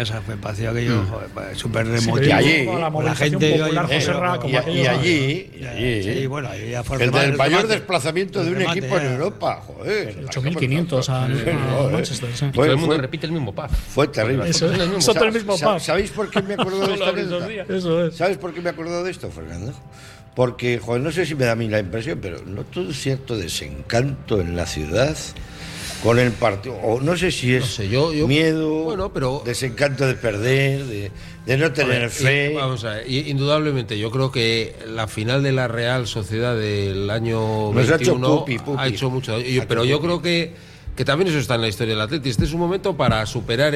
casa, me pareció aquello súper remoto. y allí, la gente y allí, sí, bueno, ahí ya fue el del mayor desplazamiento de un equipo en Europa, joder. 8.500 a Manchester. Sí. Todo el mundo repite el mismo pub. Fue terrible. Son el mismo pub. ¿Sabéis por qué me acuerdo de esto? Eso es. ¿Sabes por qué me acuerdo de esto, Fernando? Porque, joder, no sé si me da a mí la impresión, pero noto cierto desencanto en la ciudad con el partido. O no sé si es miedo, desencanto de perder, de no tener fe. Vamos a ver, indudablemente, yo creo que la final de la Real Sociedad del año 21 ha hecho mucho. Pero yo creo que también eso está en la historia del Atleti. Este es un momento para superar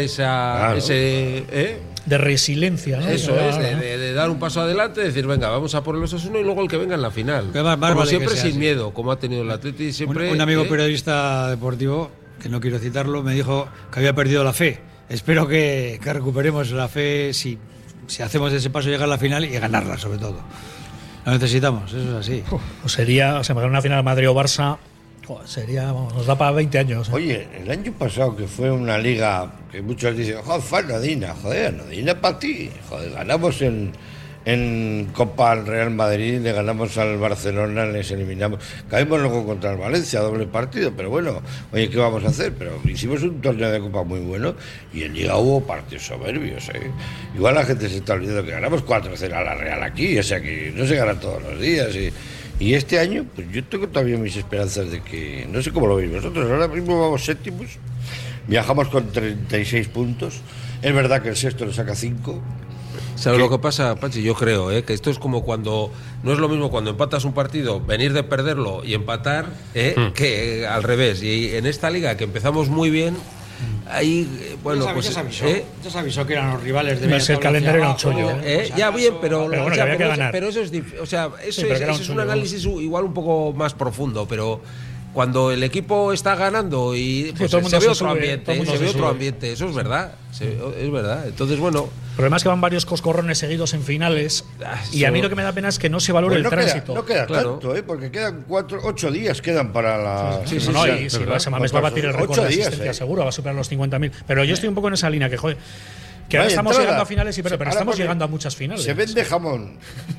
de resiliencia, ¿no? Eso es, de dar un paso adelante, decir, venga, vamos a por el Osasuna y luego el que venga en la final. Como siempre, sin miedo, como ha tenido el Atleti siempre. Un amigo periodista deportivo, que no quiero citarlo, me dijo que había perdido la fe. Espero que recuperemos la fe si hacemos ese paso, llegar a la final y ganarla, sobre todo. Lo necesitamos, eso es así. Sería, una final Madrid o Barça. Sería, nos da para 20 años. Oye, el año pasado, que fue una liga que muchos dicen, joder, Nodina para ti. Joder, ganamos en Copa al Real Madrid, le ganamos al Barcelona, les eliminamos. Caímos luego contra el Valencia, doble partido, pero bueno, oye, ¿qué vamos a hacer? Pero hicimos un torneo de Copa muy bueno y en Liga hubo partidos soberbios. Igual la gente se está olvidando que ganamos 4-0 a la Real aquí, o sea que no se gana todos los días. Y este año, pues yo tengo todavía mis esperanzas de que, no sé cómo lo veis vosotros, ahora mismo vamos séptimos, viajamos con 36 puntos, es verdad que el sexto le saca 5. ¿Sabes lo que pasa, Pachi? Yo creo que esto es como cuando, no es lo mismo cuando empatas un partido, venir de perderlo y empatar, que al revés. Y en esta liga, que empezamos muy bien, ahí, bueno, pues ya se avisó que eran los rivales de el calendario era un chollo. Ya bien, pero eso es, eso es un análisis igual un poco más profundo, pero cuando el equipo está ganando y pues, se ve otro ambiente, eso es verdad, es verdad. Entonces, bueno, el problema es que van varios coscorrones seguidos en finales y a mí lo que me da pena es que no se valore el tránsito. No queda tanto, porque quedan 8 días quedan para la... y si San Mamés va a batir el récord de asistencia seguro, va a superar los 50.000. Pero yo estoy un poco en esa línea que, joder, que ahora estamos llegando a finales, pero estamos llegando a muchas finales. Se vende jamón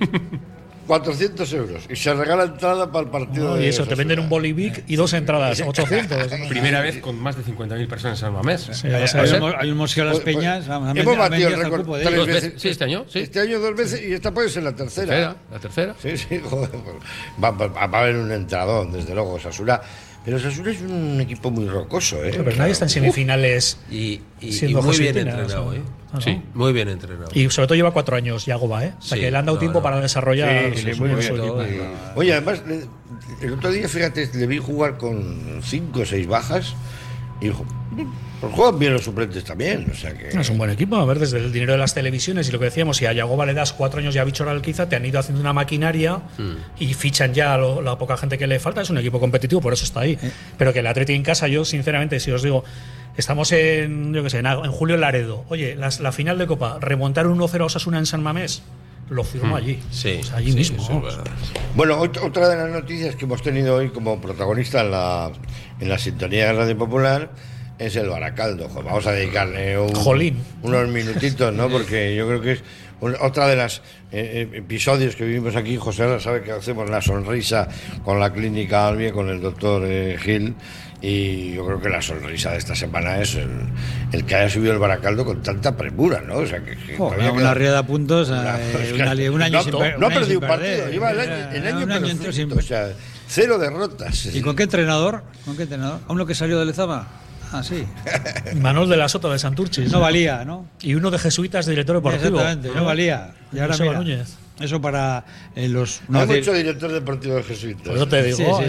400 euros y se regala entrada para el partido. Y eso, te venden un bolivic y 2 entradas, 800. Primera vez con más de 50.000 personas en San Mamés. Hay un museo de las Peñas. Hemos batido el récord 3 veces. Sí, este año. Sí. Este año 2 veces y esta puede ser la tercera. La tercera. Sí, joder. Va a haber un entradón, desde luego, Osasuna. Pero Osasuna es un equipo muy rocoso, Pero nadie está en semifinales y muy bien entrenado, Sí, muy bien entrenado. Y sobre todo lleva 4 años Yagoba, O sea que le han dado tiempo para desarrollar muy bien. Oye, además, el otro día, fíjate, le vi jugar con 5 o 6 bajas y dijo, pues juegan bien los suplentes también, o sea que... Es un buen equipo, a ver, desde el dinero de las televisiones y lo que decíamos, si a Yagoba le das 4 años y a Víctor Alquiza te han ido haciendo una maquinaria y fichan ya la poca gente que le falta, es un equipo competitivo, por eso está ahí. Pero que el Atleti en casa, yo sinceramente, si os digo, estamos en julio en Laredo, oye, la final de Copa, remontar un 1-0 a Osasuna en San Mamés, lo firmo allí, allí mismo. Sí, bueno, otra de las noticias que hemos tenido hoy como protagonista en la sintonía de Radio Popular es el Baracaldo. Vamos a dedicarle unos minutitos, ¿no? Porque yo creo que es otra de las episodios que vivimos aquí. José Ara sabe que hacemos la sonrisa con la clínica Albie, con el doctor Gil, y yo creo que la sonrisa de esta semana es el que haya subido el Baracaldo con tanta premura, ¿no? O sea, que una riada de puntos, un año sin perder. No ha perdido un partido, lleva el año entero sin... O sea, 0 derrotas. ¿Y con qué entrenador? ¿A uno que salió de Lezama? Ah, sí. Manuel de la Sota de Santurce. No valía, ¿no? Y uno de jesuitas, director deportivo. Exactamente, no valía. Y ahora mira, Núñez. Eso para los... No, hay mucho director deportivo de jesuitas. Por eso te digo.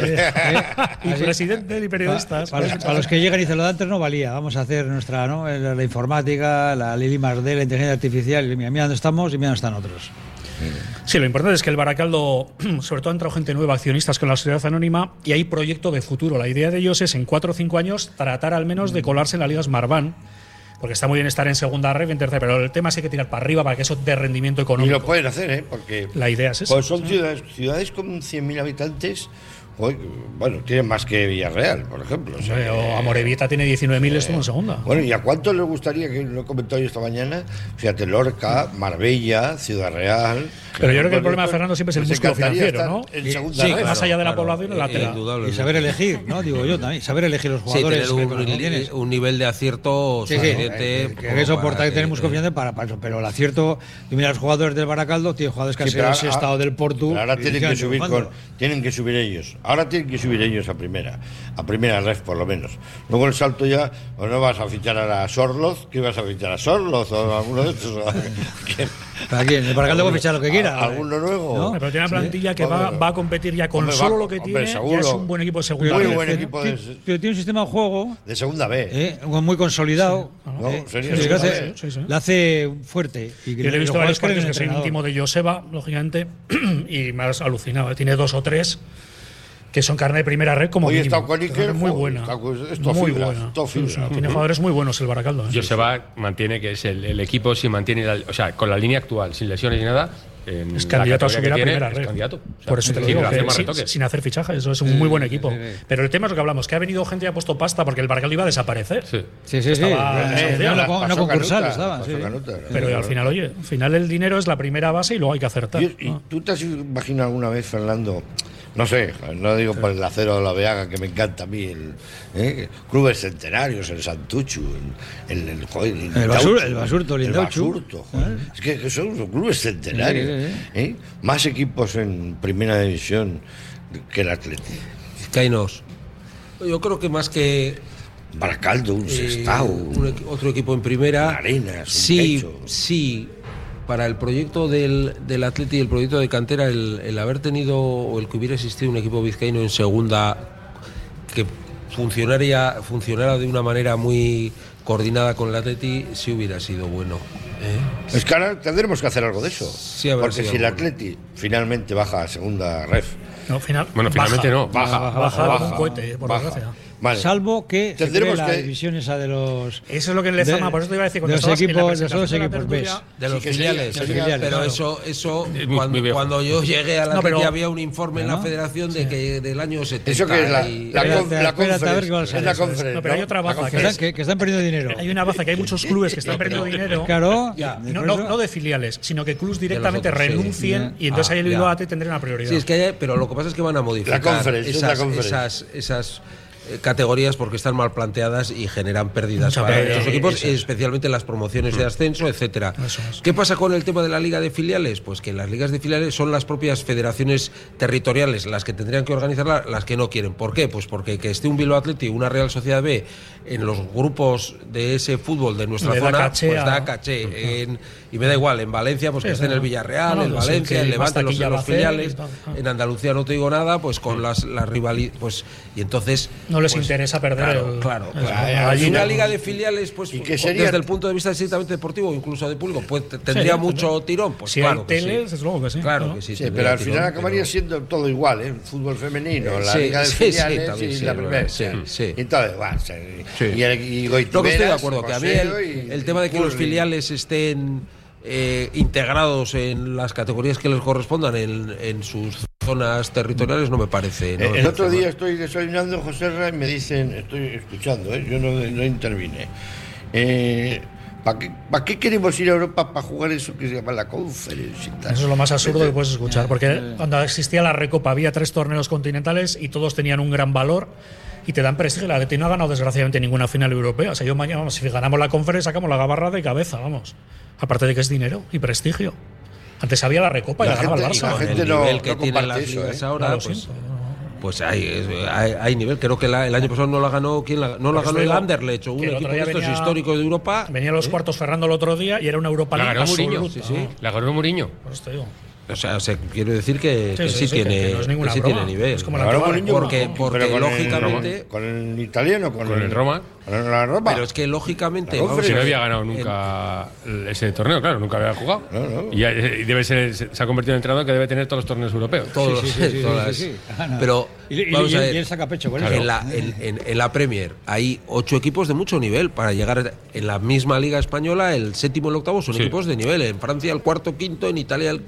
Y presidente y periodistas. Para los que llegan y dicen lo de antes no valía. Vamos a hacer nuestra, ¿no? La informática, la Lili Mardé, la inteligencia artificial. Y mira dónde estamos y mira dónde están otros. Sí, lo importante es que el Baracaldo, sobre todo ha entrado gente nueva, accionistas con la sociedad anónima, y hay proyecto de futuro. La idea de ellos es en 4 o 5 años tratar al menos de colarse en la Liga Smartbank, porque está muy bien estar en segunda red, en tercera, pero el tema es que hay que tirar para arriba para que eso dé rendimiento económico. Y lo pueden hacer, porque la idea es esa. Pues son ciudades con 100.000 habitantes. Bueno, tiene más que Villarreal, por ejemplo. O sea, o Amorebieta tiene 19.000, estuvo en segunda. Bueno, ¿y a cuánto les gustaría, que lo he comentado yo esta mañana? Fíjate, Lorca, Marbella, Ciudad Real. Pero yo creo que el problema de Fernando siempre es el músculo financiero, ¿no? Sí, más allá de la población, lateral. Y saber elegir, ¿no? Digo yo también, saber elegir los jugadores. Tener un nivel de acierto suficiente. Que soportar que tener músculo financiero para eso. Pero el acierto, tú miras los jugadores del Baracaldo, tiene jugadores que han sido el estado del Porto. Ahora tienen que subir ellos. Ahora tienen que subir ellos a primera ref por lo menos. Luego el salto ya, o no vas a fichar a Sorloz, ¿qué vas a fichar a Sorloz o a alguno de estos? ¿Para quién? El Baracaldo puede fichar lo que quiera. ¿Alguno nuevo? ¿No? Pero tiene una plantilla que va a competir ya con solo lo que tiene. Ya es un buen equipo de segunda B. Muy buen equipo pero tiene un sistema de juego de segunda B. Muy consolidado. La hace fuerte. Yo le he visto varios partidos que soy íntimo de Joseba, lógicamente, y me has alucinado. Tiene 2 o 3 que son carne de primera red como hoy mínimo. Está con Iker, muy buena. Muy buena. Tiene jugadores muy buenos el Baracaldo. Joseba mantiene que es el equipo, si mantiene con la línea actual, sin lesiones ni nada, es candidato a subir a primera red. Por eso te digo que sin hacer fichajes, eso es un muy buen equipo. Pero el tema es lo que hablamos, que ha venido gente y ha puesto pasta porque el Baracaldo iba a desaparecer. No concursal estaba. Pero al final el dinero es la primera base y luego hay que acertar. ¿Y tú te has imaginado alguna vez, Fernando? No sé, no digo por el Acero de la Veaga, que me encanta a mí, clubes centenarios, el Santuchu, el Basurto, el Basurto. Es que son clubes centenarios. Más equipos en primera división que el Atleti. Vizcaínos. Yo creo que más que Baracaldo, un Sestao, otro equipo en primera. Arenas, sí. Para el proyecto del Atleti y el proyecto de cantera, el haber tenido o el que hubiera existido un equipo vizcaíno en segunda que funcionara de una manera muy coordinada con el Atleti, sí hubiera sido bueno. Es que ahora tendremos que hacer algo de eso. Sí, porque si el Atleti finalmente baja a segunda ref. Finalmente no. Baja como un cohete, por desgracia. Vale. Salvo que tendremos la división esa de los. Eso es lo que le llama, por eso te iba a decir. De los equipos, de los equipos B. De los filiales. Pero eso cuando yo llegué a la Atleti había un informe en la Federación de que del año 70. Eso que es la conferencia. No, pero hay otra baza que están perdiendo dinero. Hay una baza que hay muchos clubes que están perdiendo dinero. Claro. No de filiales, sino que clubes directamente renuncien y entonces ahí el Bilbao tendría una prioridad. Sí, es que hay, pero lo que pasa es que van a modificar esas categorías porque están mal planteadas y generan pérdidas para los equipos, especialmente en las promociones de ascenso, etcétera. ¿Qué pasa con el tema de la liga de filiales? Pues que las ligas de filiales son las propias federaciones territoriales las que tendrían que organizarla, las que no quieren. ¿Por qué? Pues porque que esté un Bilbao Athletic, una Real Sociedad B en los grupos de ese fútbol de nuestra zona, pues da caché. Y me da igual, en Valencia, pues que esté en el Villarreal, en Valencia, en Levante, los filiales. En Andalucía no te digo nada, pues con las rivalidades, pues y entonces no les interesa perder Hay una liga de filiales, pues desde el punto de vista estrictamente deportivo o incluso de público, pues tendría mucho tirón. Pues si claro hay teles, es luego que sí. Claro que sí. Pero al final acabaría siendo todo igual, fútbol femenino, la liga de filiales y la primera. Entonces, y lo que estoy de acuerdo, que a mí el tema de que los filiales estén integrados en las categorías que les correspondan en sus zonas territoriales no me parece. El otro día estoy desayunando en José Ra y me dicen, estoy escuchando, yo no intervine. ¿Para qué queremos ir a Europa para jugar eso que se llama la Conference? Eso es lo más absurdo que puedes escuchar, porque cuando existía la Recopa había 3 torneos continentales y todos tenían un gran valor y te dan prestigio. La Atleti no ha ganado desgraciadamente ninguna final europea. O sea, yo mañana, si ganamos la Conference, sacamos la gabarra de cabeza, vamos. Aparte de que es dinero y prestigio. Antes había la Recopa y la ganaba el Barça. La gente el nivel que tienen las ligas ahora, pues hay nivel. Creo que el año pasado no la ganó el Anderlecht o un equipo de estos históricos de Europa. Venía a los cuartos Ferrando el otro día y era una Europa League absoluta. La ganó Mourinho. Por eso te digo. O sea, quiero decir que sí tiene nivel. Es como porque lógicamente con el italiano, con el Roma. La Roma. Pero es que lógicamente si no había ganado nunca ese torneo, claro, nunca había jugado. No. Y debe ser, se ha convertido en entrenador que debe tener todos los torneos europeos. Sí. Pero vamos a ver, y él saca pecho por eso. En la Premier hay 8 equipos de mucho nivel para llegar en la misma liga española. El séptimo y el octavo son equipos de nivel. En Francia el cuarto, quinto, en Italia el sexto.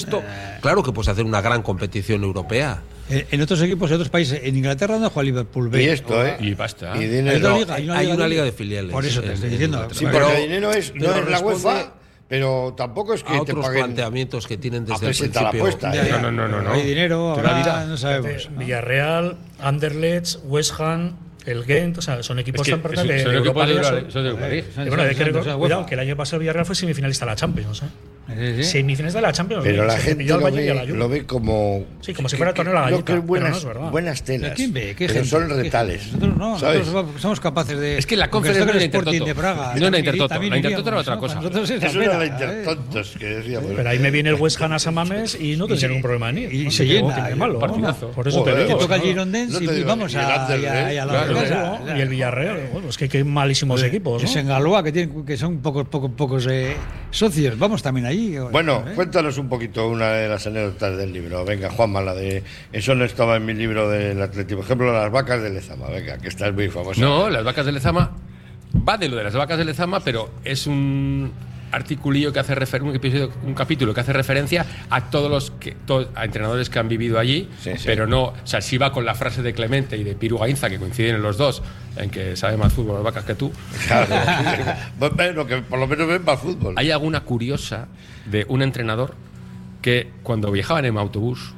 esto, claro que puedes hacer una gran competición europea. En otros equipos, en otros países, en Inglaterra no juega Liverpool B. Y esto, Y basta. Y dinero. Hay una liga de filiales. Por eso te estoy diciendo. Sí, pero el dinero no es la UEFA, pero tampoco es que a te otros paguen planteamientos que tienen desde el presentar la principio. apuesta. No. Hay dinero, ahora no sabemos. Villarreal, Anderlecht, West Ham, el Ghent, o sea, son equipos tan importantes son de equipos de Europa. Europa League. Y bueno, hay que cuidado, que el año pasado el Villarreal fue semifinalista de la Champions. Semifinalista de la Champions. Pero la gente lo lo ve como. Sí, como si fuera el torneo de la No, que Gallica, pero no buenas, es verdad. buenas telas. ¿Quién ve? ¿Qué pero gente? son retales. Nosotros somos capaces de. Es que la Conference no era Sporting Intertoto. de Praga. No era Intertoto. También La Intertoto era iríamos, otra cosa. Nosotros es la Eso era pena, la Intertontos que decíamos. Pero ahí me viene el West Ham a San Mamés y no tendría ningún problema en ir. Y No se sé qué llena, tiene de malo. partidazo. Por eso te Joder, digo. Que toca el ¿no? Girondins No te y digo, vamos y el Anderlecht, a la Claro, casa. y el Villarreal. Bueno, es que hay malísimos equipos. Es ¿no? en Galois, que son pocos socios. Vamos también allí. Bueno, cuéntanos un poquito una de las anécdotas del libro. Venga, Juanma, la de. Eso no estaba en mi libro del Atlético. Por ejemplo, las vacas de Lezama. Venga, que esta es muy famosa. No, las vacas de Lezama va de lo de las vacas de Lezama, pero es un articulillo que hace un capítulo que hace referencia a a entrenadores que han vivido allí, pero no, o sea, sí va con la frase de Clemente y de Piru Gainza, que coinciden en los dos en que sabe más fútbol las vacas que tú. Claro. Bueno, que por lo menos ven más fútbol. Hay alguna curiosa de un entrenador que cuando viajaban en autobús,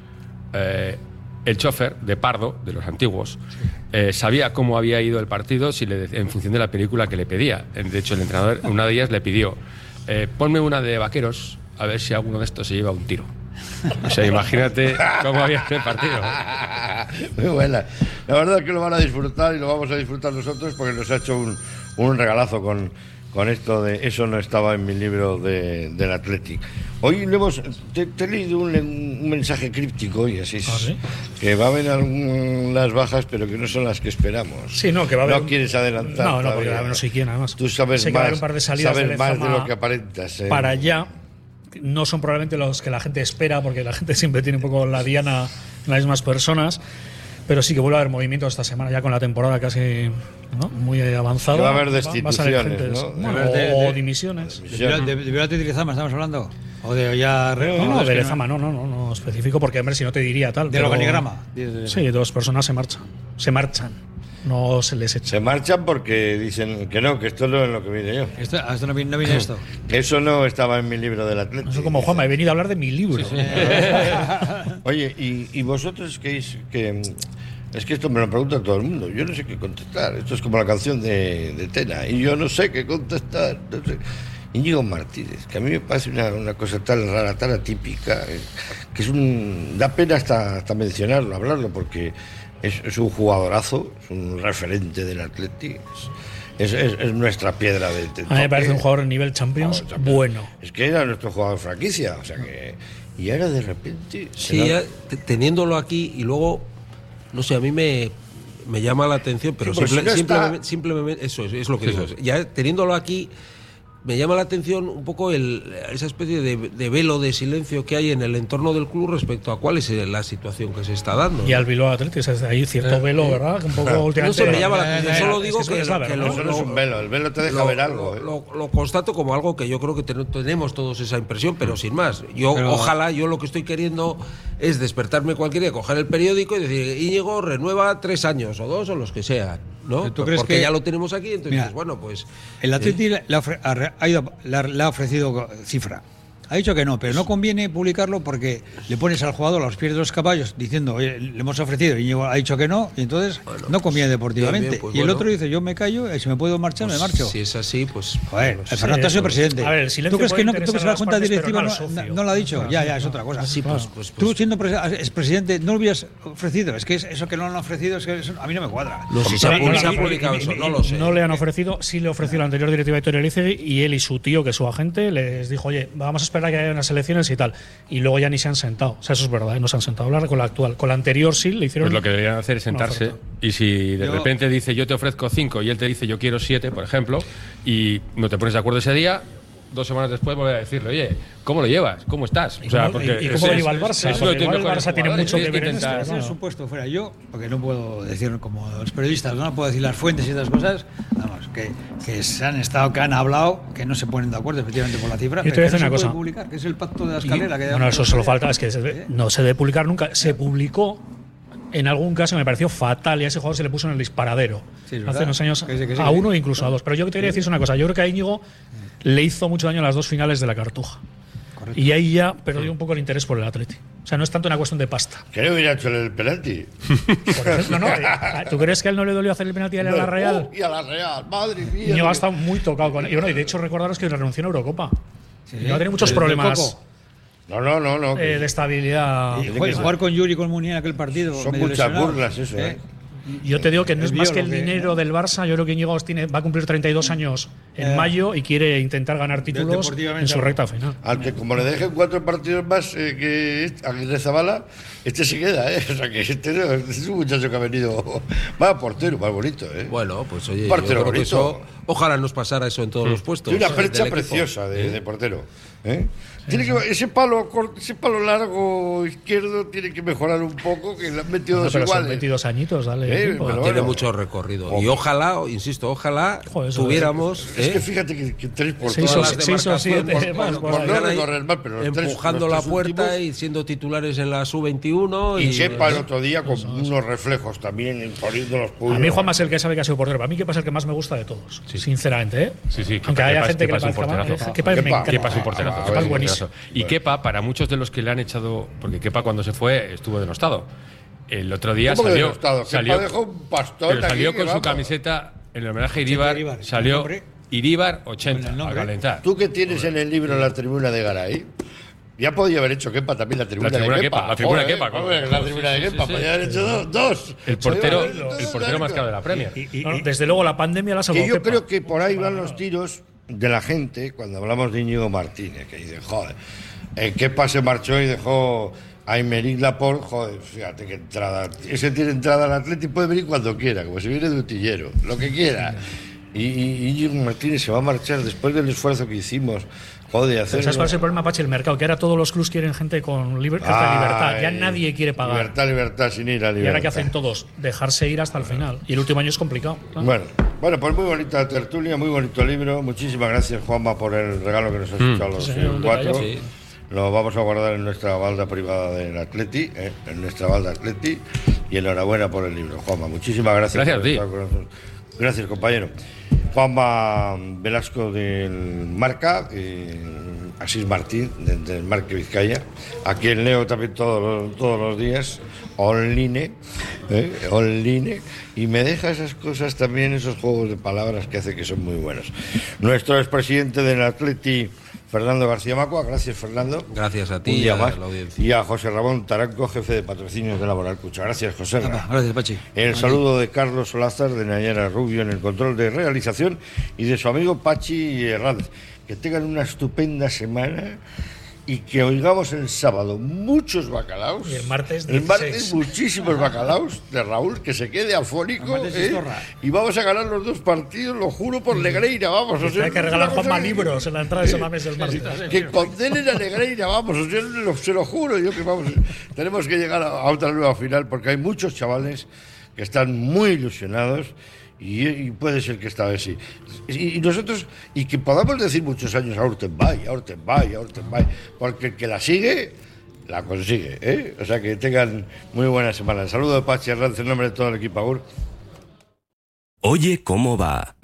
el chofer de Pardo, de los antiguos, sabía cómo había ido el partido en función de la película que le pedía. De hecho, el entrenador, una de ellas, le pidió: ponme una de vaqueros, a ver si alguno de estos se lleva un tiro. O sea, imagínate cómo había sido el partido. Muy buena. La verdad es que lo van a disfrutar y lo vamos a disfrutar nosotros porque nos ha hecho un regalazo con esto de eso no estaba en mi libro del Athletic. Hoy te he leído un mensaje críptico y así ¿sí? Que va a haber algunas bajas pero que no son las que esperamos. Sí, no, que va a haber. No quieres adelantar. No, porque no sé quién, además. Tú sabes sé que va a haber un par de salidas sabes de más de Lezama lo que aparentas. Para allá. No son probablemente los que la gente espera, porque la gente siempre tiene un poco la diana en las mismas personas. Pero sí que vuelve a haber movimientos esta semana, ya con la temporada casi muy avanzada. Que va a haber destituciones, ¿no? O dimisiones. ¿De Villarreal de Lezama estamos hablando? ¿O de Villarreal? No, de Lezama, no específico, porque hombre, si no te diría tal. ¿Del organigrama? Sí, 2 personas se marchan. No se les echa. Se marchan porque dicen que no, que esto no es lo que viene yo. Esto no viene esto. Eso no estaba en mi libro del Atlético. Eso como Juanma, he venido a hablar de mi libro. Sí. Oye, ¿y vosotros qué es que esto me lo pregunta todo el mundo? Yo no sé qué contestar. Esto es como la canción de Tena. Y yo no sé qué contestar. No sé. Íñigo Martínez, que a mí me parece una cosa tan rara, tan atípica, que da pena hasta mencionarlo, hablarlo, porque es un jugadorazo, es un referente del Atlético, es nuestra piedra de toque. A mí me parece un jugador de nivel Champions bueno. Es que era nuestro jugador franquicia, o sea que. Y ahora de repente. Sí, teniéndolo aquí y luego, no sé, a mí me llama la atención, pero sí, simplemente eso es lo que digo. Ya teniéndolo aquí. Me llama la atención un poco esa especie de velo de silencio que hay en el entorno del club respecto a cuál es la situación que se está dando. Y al Bilbao Athletic, hay cierto velo, ¿verdad? Un poco últimamente. No sé, me llama la atención. Solo digo que eso no es un velo, el velo te deja ver algo. Lo constato como algo que yo creo que tenemos todos esa impresión, pero sin más. Ojalá, yo lo que estoy queriendo es despertarme cualquier día, coger el periódico y decir: Íñigo renueva 3 años o 2 o los que sean. ¿No? ¿Tú crees porque que ya lo tenemos aquí, entonces mira, bueno, pues el Atleti le ha ofrecido cifra. Ha dicho que no, pero no conviene publicarlo porque le pones al jugador a los pies de los caballos diciendo: oye, le hemos ofrecido y ha dicho que no, y entonces no conviene deportivamente. Bien, pues y el otro dice: yo me callo y si me puedo marchar, pues me marcho. Si es así, pues. Joder, el Fernando ha sido presidente. A ver, el silencio ¿Tú crees que no? ¿Tú crees que la junta directiva no lo ha dicho? Claro, ya, es otra cosa. Sí, pues, tú siendo presidente no lo hubieras ofrecido. Es que eso que no lo han ofrecido es que a mí no me cuadra. No, si se ha publicado eso, no lo sé. No le han ofrecido, sí le ofreció la anterior directiva de Vittorio Elizegui, y él y su tío, que es su agente, les dijo: oye, vamos a esperar a que haya unas elecciones y tal. Y luego ya ni se han sentado. O sea, eso es verdad, no se han sentado a hablar con la actual. Con la anterior sí le hicieron. Pues lo que deberían hacer es sentarse, y si de repente dice: yo te ofrezco 5 y él te dice: yo quiero 7, por ejemplo, y no te pones de acuerdo ese día, 2 semanas después volver a decirle: oye, ¿cómo lo llevas? ¿Cómo estás? O sea, porque ¿y cómo lleva el Barça? Porque igual el Barça tiene mucho que ver en esto. Si el supuesto fuera yo, porque no puedo decir como los periodistas, no puedo decir las fuentes y otras cosas, vamos, que han hablado, que no se ponen de acuerdo efectivamente por la cifra. Yo te voy a decir una cosa. Publicar, que es el pacto de la escalera. Bueno, eso solo falta, es que no se debe publicar nunca. Se publicó en algún caso, me pareció fatal, y a ese jugador se le puso en el disparadero. Sí, hace unos años a uno e incluso a dos. Pero yo te quería decir una cosa. Yo creo que a Íñigo le hizo mucho daño en las 2 finales de la Cartuja. Correcto. Y ahí ya perdió un poco el interés por el Atleti. O sea, no es tanto una cuestión de pasta. Creo que hubiera hecho el penalti. Por ejemplo, no. ¿Tú crees que a él no le dolió hacer el penalti a la Real? Y a la Real, madre mía. Íñigo ha estado muy tocado con él. Y bueno, y de hecho recordaros que renunció en Eurocopa. Sí, Íñigo ha tenido muchos problemas. No. De estabilidad. Y jugar con Yuri y con Munier en aquel partido. Son muchas burlas eso, Yo te digo que no es más que el dinero del Barça. Yo creo que Íñigo va a cumplir 32 años en mayo y quiere intentar ganar títulos en su recta final. Al que como le dejen 4 partidos más que Aguirrezabala, este se queda, O sea que este es un muchacho que ha venido. Va portero, más bonito, Bueno, pues oye, portero bonito. Eso, ojalá nos pasara eso en todos los puestos. Y una percha preciosa de portero. Tiene que, ese palo largo izquierdo tiene que mejorar un poco, que le han metido dos iguales. Son 22 añitos, dale. Tiene mucho recorrido. Y ojalá, insisto, tuviéramos. Es que fíjate que 3 por 6 o 7 por no recorrer mal, pero empujando la puerta y siendo titulares en la sub-21. Y Kepa el otro día con unos reflejos también, poniendo los puños. A mí Juanma es el que sabe que ha sido portero. Para mí Kepa es el que más me gusta de todos, sinceramente. Sí, aunque haya gente que le parezca mal. Kepa es un porterazo. Kepa es buenísimo. Y Kepa, para muchos de los que le han echado, porque Kepa cuando se fue estuvo denostado. El otro día salió dejó un pastón, pero salió con su camiseta en el homenaje a Iríbar, salió Iríbar 80 a calentar. Tú que tienes en el libro la tribuna de Garay, ya podía haber hecho Kepa también la tribuna de Kepa. La tribuna de Kepa. La tribuna de Kepa, podía haber hecho dos. El portero más caro de la Premier. Desde luego la pandemia la salvó. Yo creo que por ahí van los tiros de la gente cuando hablamos de Íñigo Martínez, que dice, joder, Kepa se marchó y dejó a Aymeric Laporte, joder, fíjate qué entrada. Ese tiene entrada al Atleti y puede venir cuando quiera, como si viene de utillero, lo que quiera. Y Íñigo Martínez se va a marchar después del esfuerzo que hicimos. Joder, hacer. ¿Sabes cuál es el problema, Pachi? El mercado, que ahora todos los clubs quieren gente con libertad. Ya nadie quiere pagar. Libertad, sin ir a libertad. Y ahora, ¿qué hacen todos? Dejarse ir hasta el final. Y el último año es complicado. Bueno, pues muy bonita tertulia, muy bonito libro. Muchísimas gracias, Juanma, por el regalo que nos has hecho a los 4. Sí. Lo vamos a guardar en nuestra balda privada del Atleti, en nuestra balda Atleti. Y enhorabuena por el libro, Juanma. Muchísimas gracias. Gracias a ti. Gracias, compañero. Juanma Velasco del Marca, Asís Martín del Marca Vizcaya, a quien leo también todos los días, online, y me deja esas cosas también, esos juegos de palabras que hace que son muy buenos. Nuestro expresidente del Atleti, Fernando García Macua. Gracias, Fernando. Gracias a ti y a la audiencia. Y a José Ramón Taranco, jefe de patrocinios de Laboral Cucha. Gracias, José. Gracias, Pachi. El saludo de Carlos Solázar, de Nayara Rubio en el control de realización y de su amigo Pachi Hernández. Que tengan una estupenda semana y que oigamos el sábado muchos bacalaos. Y el martes muchísimos bacalaos de Raúl, que se quede afónico. Y vamos a ganar los 2 partidos, lo juro por Negreira, vamos. Hay que regalar Juanma libros en la entrada de Samames del martes. Que condenen a Negreira, vamos. Se lo juro yo que vamos. Tenemos que llegar a otra nueva final porque hay muchos chavales que están muy ilusionados. Y puede ser que esta vez sí. Y nosotros, y que podamos decir muchos años a Urtenbay, porque el que la sigue, la consigue, O sea que tengan muy buena semana. El saludo de Pachi Hernández en nombre de todo el equipo. Agur. Oye, ¿cómo va?